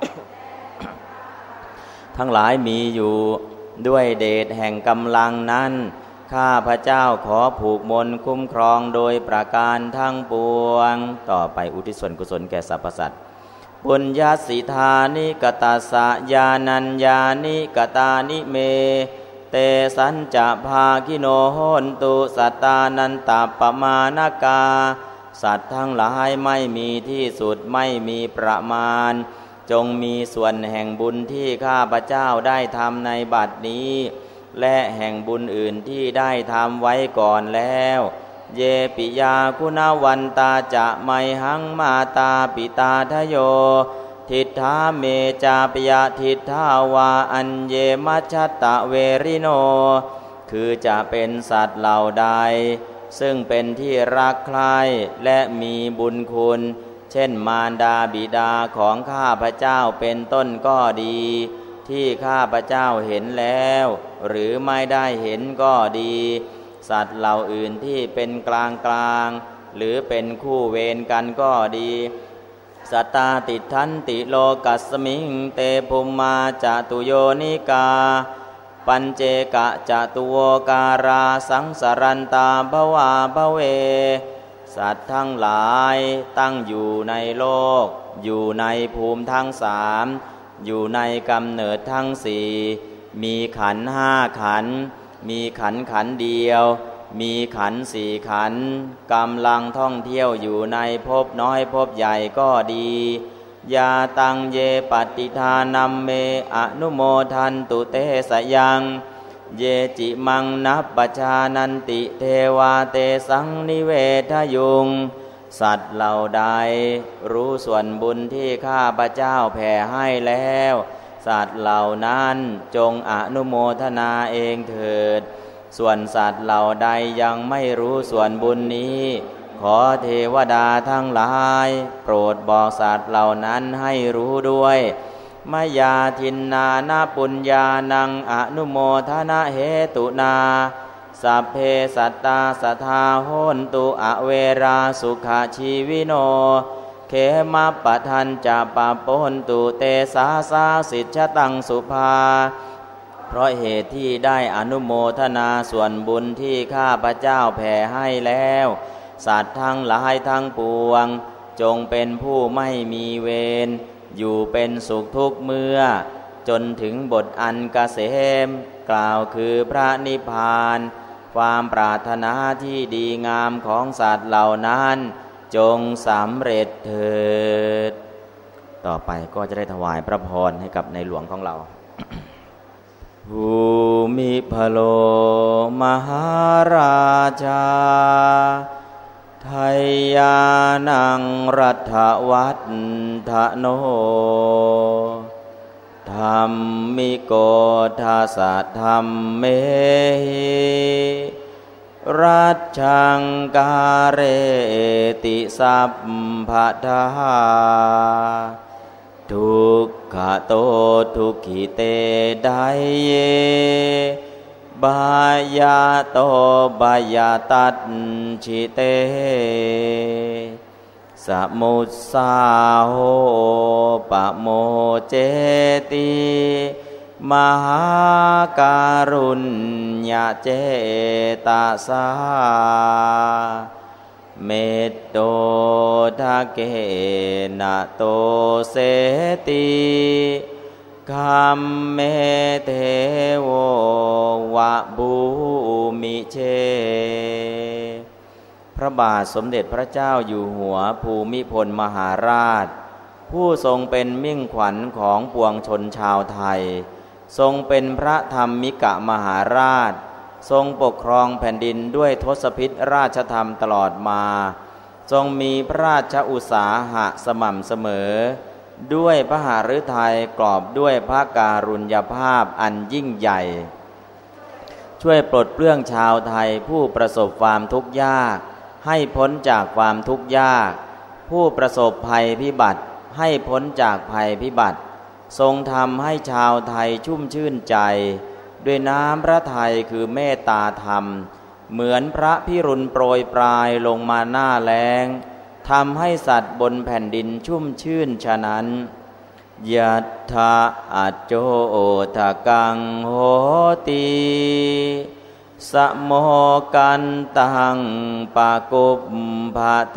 ทั้งหลายมีอยู่ด้วยเดชแห่งกำลังนั้นข้าพระเจ้าขอผูกมนคุ้มครองโดยประการทั้งปวงต่อไปอุทิศส่วนกุศลแก่สรรพสัตว์ปุญญสิทานิกตัสสะญาณัญญานิกตานิเมเตสัญจะภาคิโนโหนตุสัตตานันตปมานกาสัตว์ทั้งหลายไม่มีที่สุดไม่มีประมาณจงมีส่วนแห่งบุญที่ข้าพเจ้าได้ทำในบัดนี้และแห่งบุญอื่นที่ได้ทำไว้ก่อนแล้วเยปิยาคุณวันตาจะไมหังมาตาปิตาทโยทิฏฐาเมจาปยาทิฏฐาวาอัญเยมัชฌตะเวริโนคือจะเป็นสัตว์เหล่าใดซึ่งเป็นที่รักใคร่และมีบุญคุณเช่นมารดาบิดาของข้าพเจ้าเป็นต้นก็ดีที่ข้าพเจ้าเห็นแล้วหรือไม่ได้เห็นก็ดีสัตว์เหล่าอื่นที่เป็นกลางกลางหรือเป็นคู่เวรกันก็ดีสัตตาติทันติโลกัสมิงเตภุมมาจตุโยนิกาปัญเจกะจตุโวการาสังสรันตาภวาภเวสัตว์ทั้งหลายตั้งอยู่ในโลกอยู่ในภูมิทั้งสามอยู่ในกำเนิดทั้งสี่มีขันธ์ห้าขันธ์มีขันธ์ขันธ์เดียวมีขันธ์สี่ขันธ์กำลังท่องเที่ยวอยู่ในภพน้อยภพใหญ่ก็ดียาตังเยปฏิทานัมเมอนุโมทันตุเตสยังเยจิมังนัปปชานันติเทวาเตสังนิเวทยุงสัตว์เหล่าใดรู้ส่วนบุญที่ข้าพเจ้าแผ่ให้แล้วสัตว์เหล่านั้นจงอนุโมทนาเองเถิดส่วนสัตว์เหล่าใดยังไม่รู้ส่วนบุญนี้ขอเทวดาทั้งหลายโปรดบอกสัตว์เหล่านั้นให้รู้ด้วยมยาทินนานาปุญญานังอนุโมทนาเหตุนาสัพเพสัตตาสัทธาโหนตุอเวราสุขชีวิโนเขมะปะทันจะปะปนตุเตสาสาสิทธตังสุภาเพราะเหตุที่ได้อนุโมทนาส่วนบุญที่ข้าพเจ้าแผ่ให้แล้วสัตว์ทั้งหลายทั้งปวงจงเป็นผู้ไม่มีเวรอยู่เป็นสุขทุกเมื่อจนถึงบทอันเกษมกล่าวคือพระนิพพานความปรารถนาที่ดีงามของสัตว์เหล่านั้นจงสำเร็จเถิดต่อไปก็จะได้ถวายพระพรให้กับในหลวงของเรา ภูมิพโลมหาราชาไทยานังรัฐวัฏฐโนธัมมิโกทัสสะธัมเมหิรัชชังการเรติสัพพะทาทุกขโตทุกขิเตไดเยบายาโตบายาตัดชิเตสมุสสาโหปะโมเจติมหาการุณญาเจตสาเมตโตทะเกนะโตเสติคัมเมเทโววะบูมิเชพระบาทสมเด็จพระเจ้าอยู่หัวภูมิพลมหาราชผู้ทรงเป็นมิ่งขวัญของปวงชนชาวไทยทรงเป็นพระธรรมิกมหาราชทรงปกครองแผ่นดินด้วยทศพิธราชธรรมตลอดมาทรงมีพระราชอุตสาหะสม่ำเสมอด้วยพระหฤทัยกอบด้วยพระการุญยภาพอันยิ่งใหญ่ช่วยปลดเปลื้องชาวไทยผู้ประสบความทุกข์ยากให้พ้นจากความทุกข์ยากผู้ประสบภัยพิบัติให้พ้นจากภัยพิบัติทรงทำให้ชาวไทยชุ่มชื่นใจด้วยน้ำพระทัยคือเมตตาธรรมเหมือนพระพิรุณโปรยปลายลงมาหน้าแล้งทำให้สัตว์บนแผ่นดินชุ่มชื่นฉะนั้นยัตถะอัจโจทะกังโหติสะโมกันตังปะกุปภะเต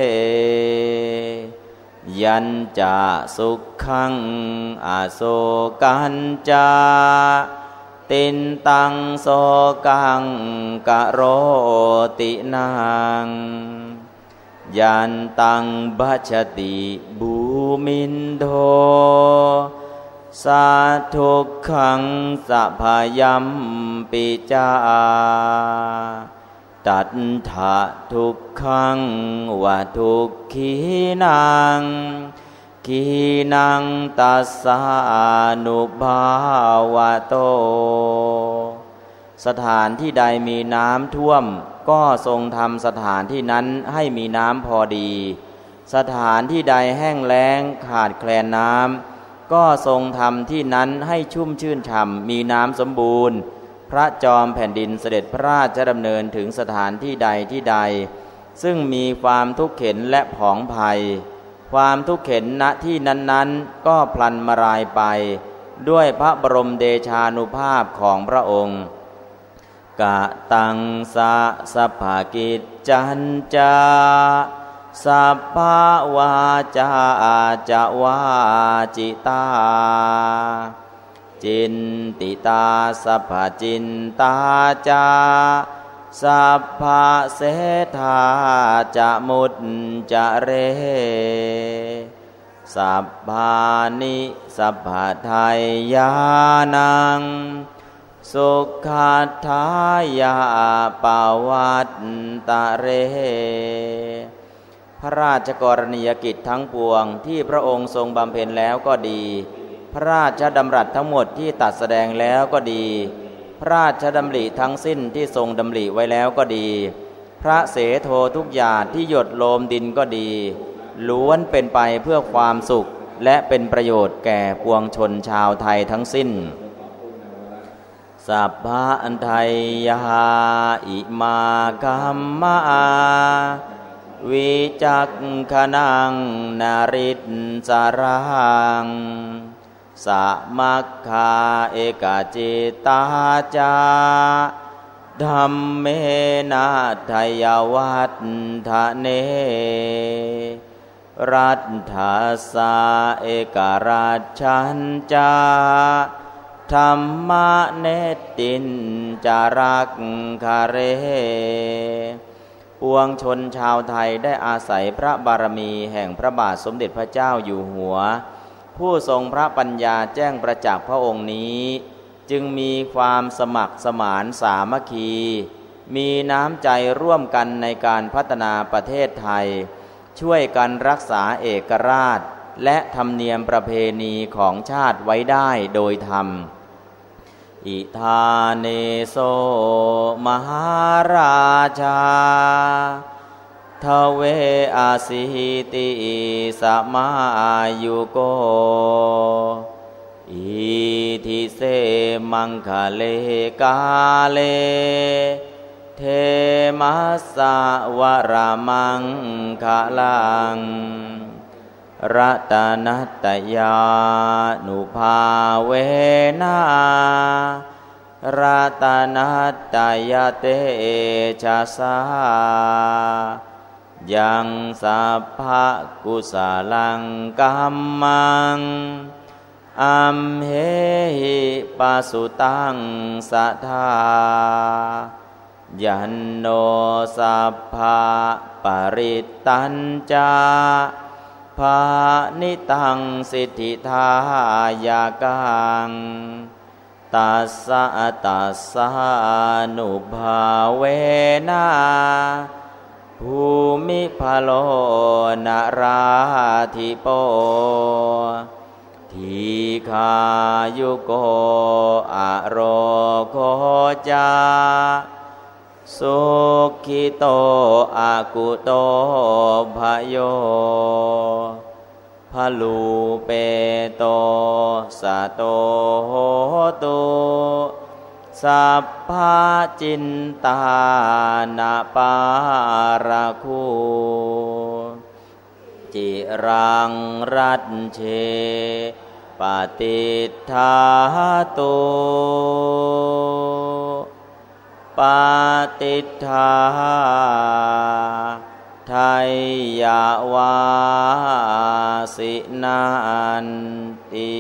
ยัญจะสุขังอโศกันจาตินตังโสกังกะโรตินังยันตังบัจฉติบูมินโทสาทุกขังสัพพยัมปิจาตัทธะทุกขังวะทุกขีนังขีนังตัสสานุภาวะโตสถานที่ใดมีน้ำท่วมก็ทรงทำสถานที่นั้นให้มีน้ำพอดีสถานที่ใดแห้งแล้งขาดแคลนน้ำก็ทรงทำที่นั้นให้ชุ่มชื่นฉ่ำมีน้ำสมบูรณ์พระจอมแผ่นดินเสด็จพระราชดำเนินถึงสถานที่ใดที่ใดซึ่งมีความทุกข์เข็ญและผองภัยความทุกข์เข็ญณที่นั้นๆก็พลันมารายไปด้วยพระบรมเดชานุภาพของพระองค์กะตังสะสัพพกิจจัญจาสัพพวาจาจวาจิตาจินติตาสัพพจินตาจาสัพพเสธาจะมุตจะเรสัพพานิสัพพไทยานังสุขัตถายาปวัตตะเรพระราชกรณียกิจทั้งปวงที่พระองค์ทรงบำเพ็ญแล้วก็ดีพระราชดำรัสทั้งหมดที่ตรัสแสดงแล้วก็ดีพระราชดำริทั้งสิ้นที่ทรงดำริไว้แล้วก็ดีพระเสโททุกอย่างที่หยดโลมดินก็ดีล้วนเป็นไปเพื่อความสุขและเป็นประโยชน์แก่ปวงชนชาวไทยทั้งสิ้นสัพพะอันไทยยาอิมาคัมมาวิจักขนังนาริตสารังสะมัคคาเอกจิตตาจาธัมเมนะทยวัฏทะเนรัตถาสาเอกราชัญจาธรรมะเนตินจารักคาเรปวงชนชาวไทยได้อาศัยพระบารมีแห่งพระบาทสมเด็จพระเจ้าอยู่หัวผู้ทรงพระปัญญาแจ้งประจักษ์พระองค์นี้จึงมีความสมัครสมานสามัคคีมีน้ำใจร่วมกันในการพัฒนาประเทศไทยช่วยกันรักษาเอกราชและธรรมเนียมประเพณีของชาติไว้ได้โดยธรรมอิธาเนโสมหาราชาทเวอาสิติสมายุโกอิทิเสมังคะเลกาเลเทมัสสะวรามังคะลังรัตนัตตยานุภาเวนะรัตนัตตยเตชะสายังสัพพะกุศลังกัมมังอัมเหหิปัสสุตังสัทธายันโนสัพพะปริตตัญจาภานิตังสิทธิทายากังตัสสะตัสสะนุภาเวนะภูมิพโลนาราธิโปทีคายุโกอโรโคจาสุขิโตอากุโตภโยพลูเปโตสะโตโหตุสัพพะจินตานาปาราคูจิรังรัตเชปฏิทาตุปฏิทาไทยวาสินันติ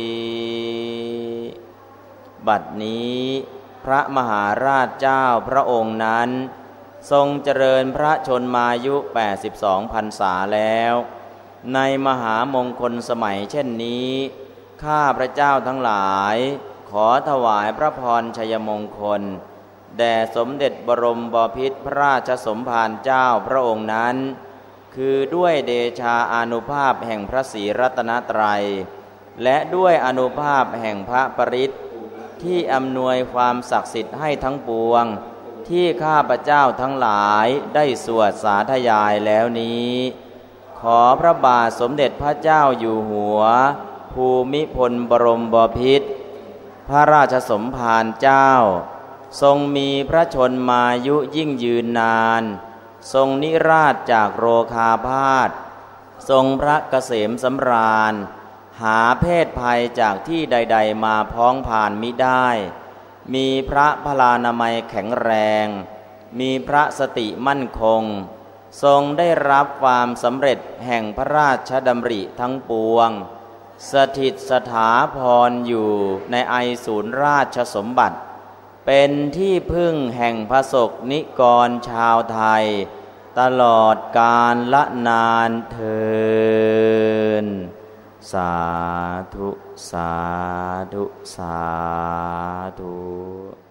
บัดนี้พระมหาราชเจ้าพระองค์นั้นทรงเจริญพระชนมายุแปดสิบสองพรรษาแล้วในมหามงคลสมัยเช่นนี้ข้าพระเจ้าทั้งหลายขอถวายพระพรชัยมงคลแด่สมเด็จบรมบพิตรพระราชสมภารเจ้าพระองค์นั้นคือด้วยเดชาอานุภาพแห่งพระศรีรัตนตรัยและด้วยอานุภาพแห่งพระปริตรที่อำนวยความศักดิ์สิทธิ์ให้ทั้งปวงที่ข้าพเจ้าทั้งหลายได้สวดสาธยายแล้วนี้ขอพระบาทสมเด็จพระเจ้าอยู่หัวภูมิพลบรมบพิตรพระราชสมภารเจ้าทรงมีพระชนมายุยิ่งยืนนานทรงนิราชจากโรคาพาสทรงพระเกษมสำราญหาเพศภัยจากที่ใดๆมาพ้องผ่านมิได้มีพระพลานามัยแข็งแรงมีพระสติมั่นคงทรงได้รับความสำเร็จแห่งพระราชดำริทั้งปวงสถิตสถาพรอยู่ในไอศูนย์ราชสมบัติเป็นที่พึ่งแห่งพระสกนิกรชาวไทยตลอดกาลละนานเทอญสาธุสาธุสาธุ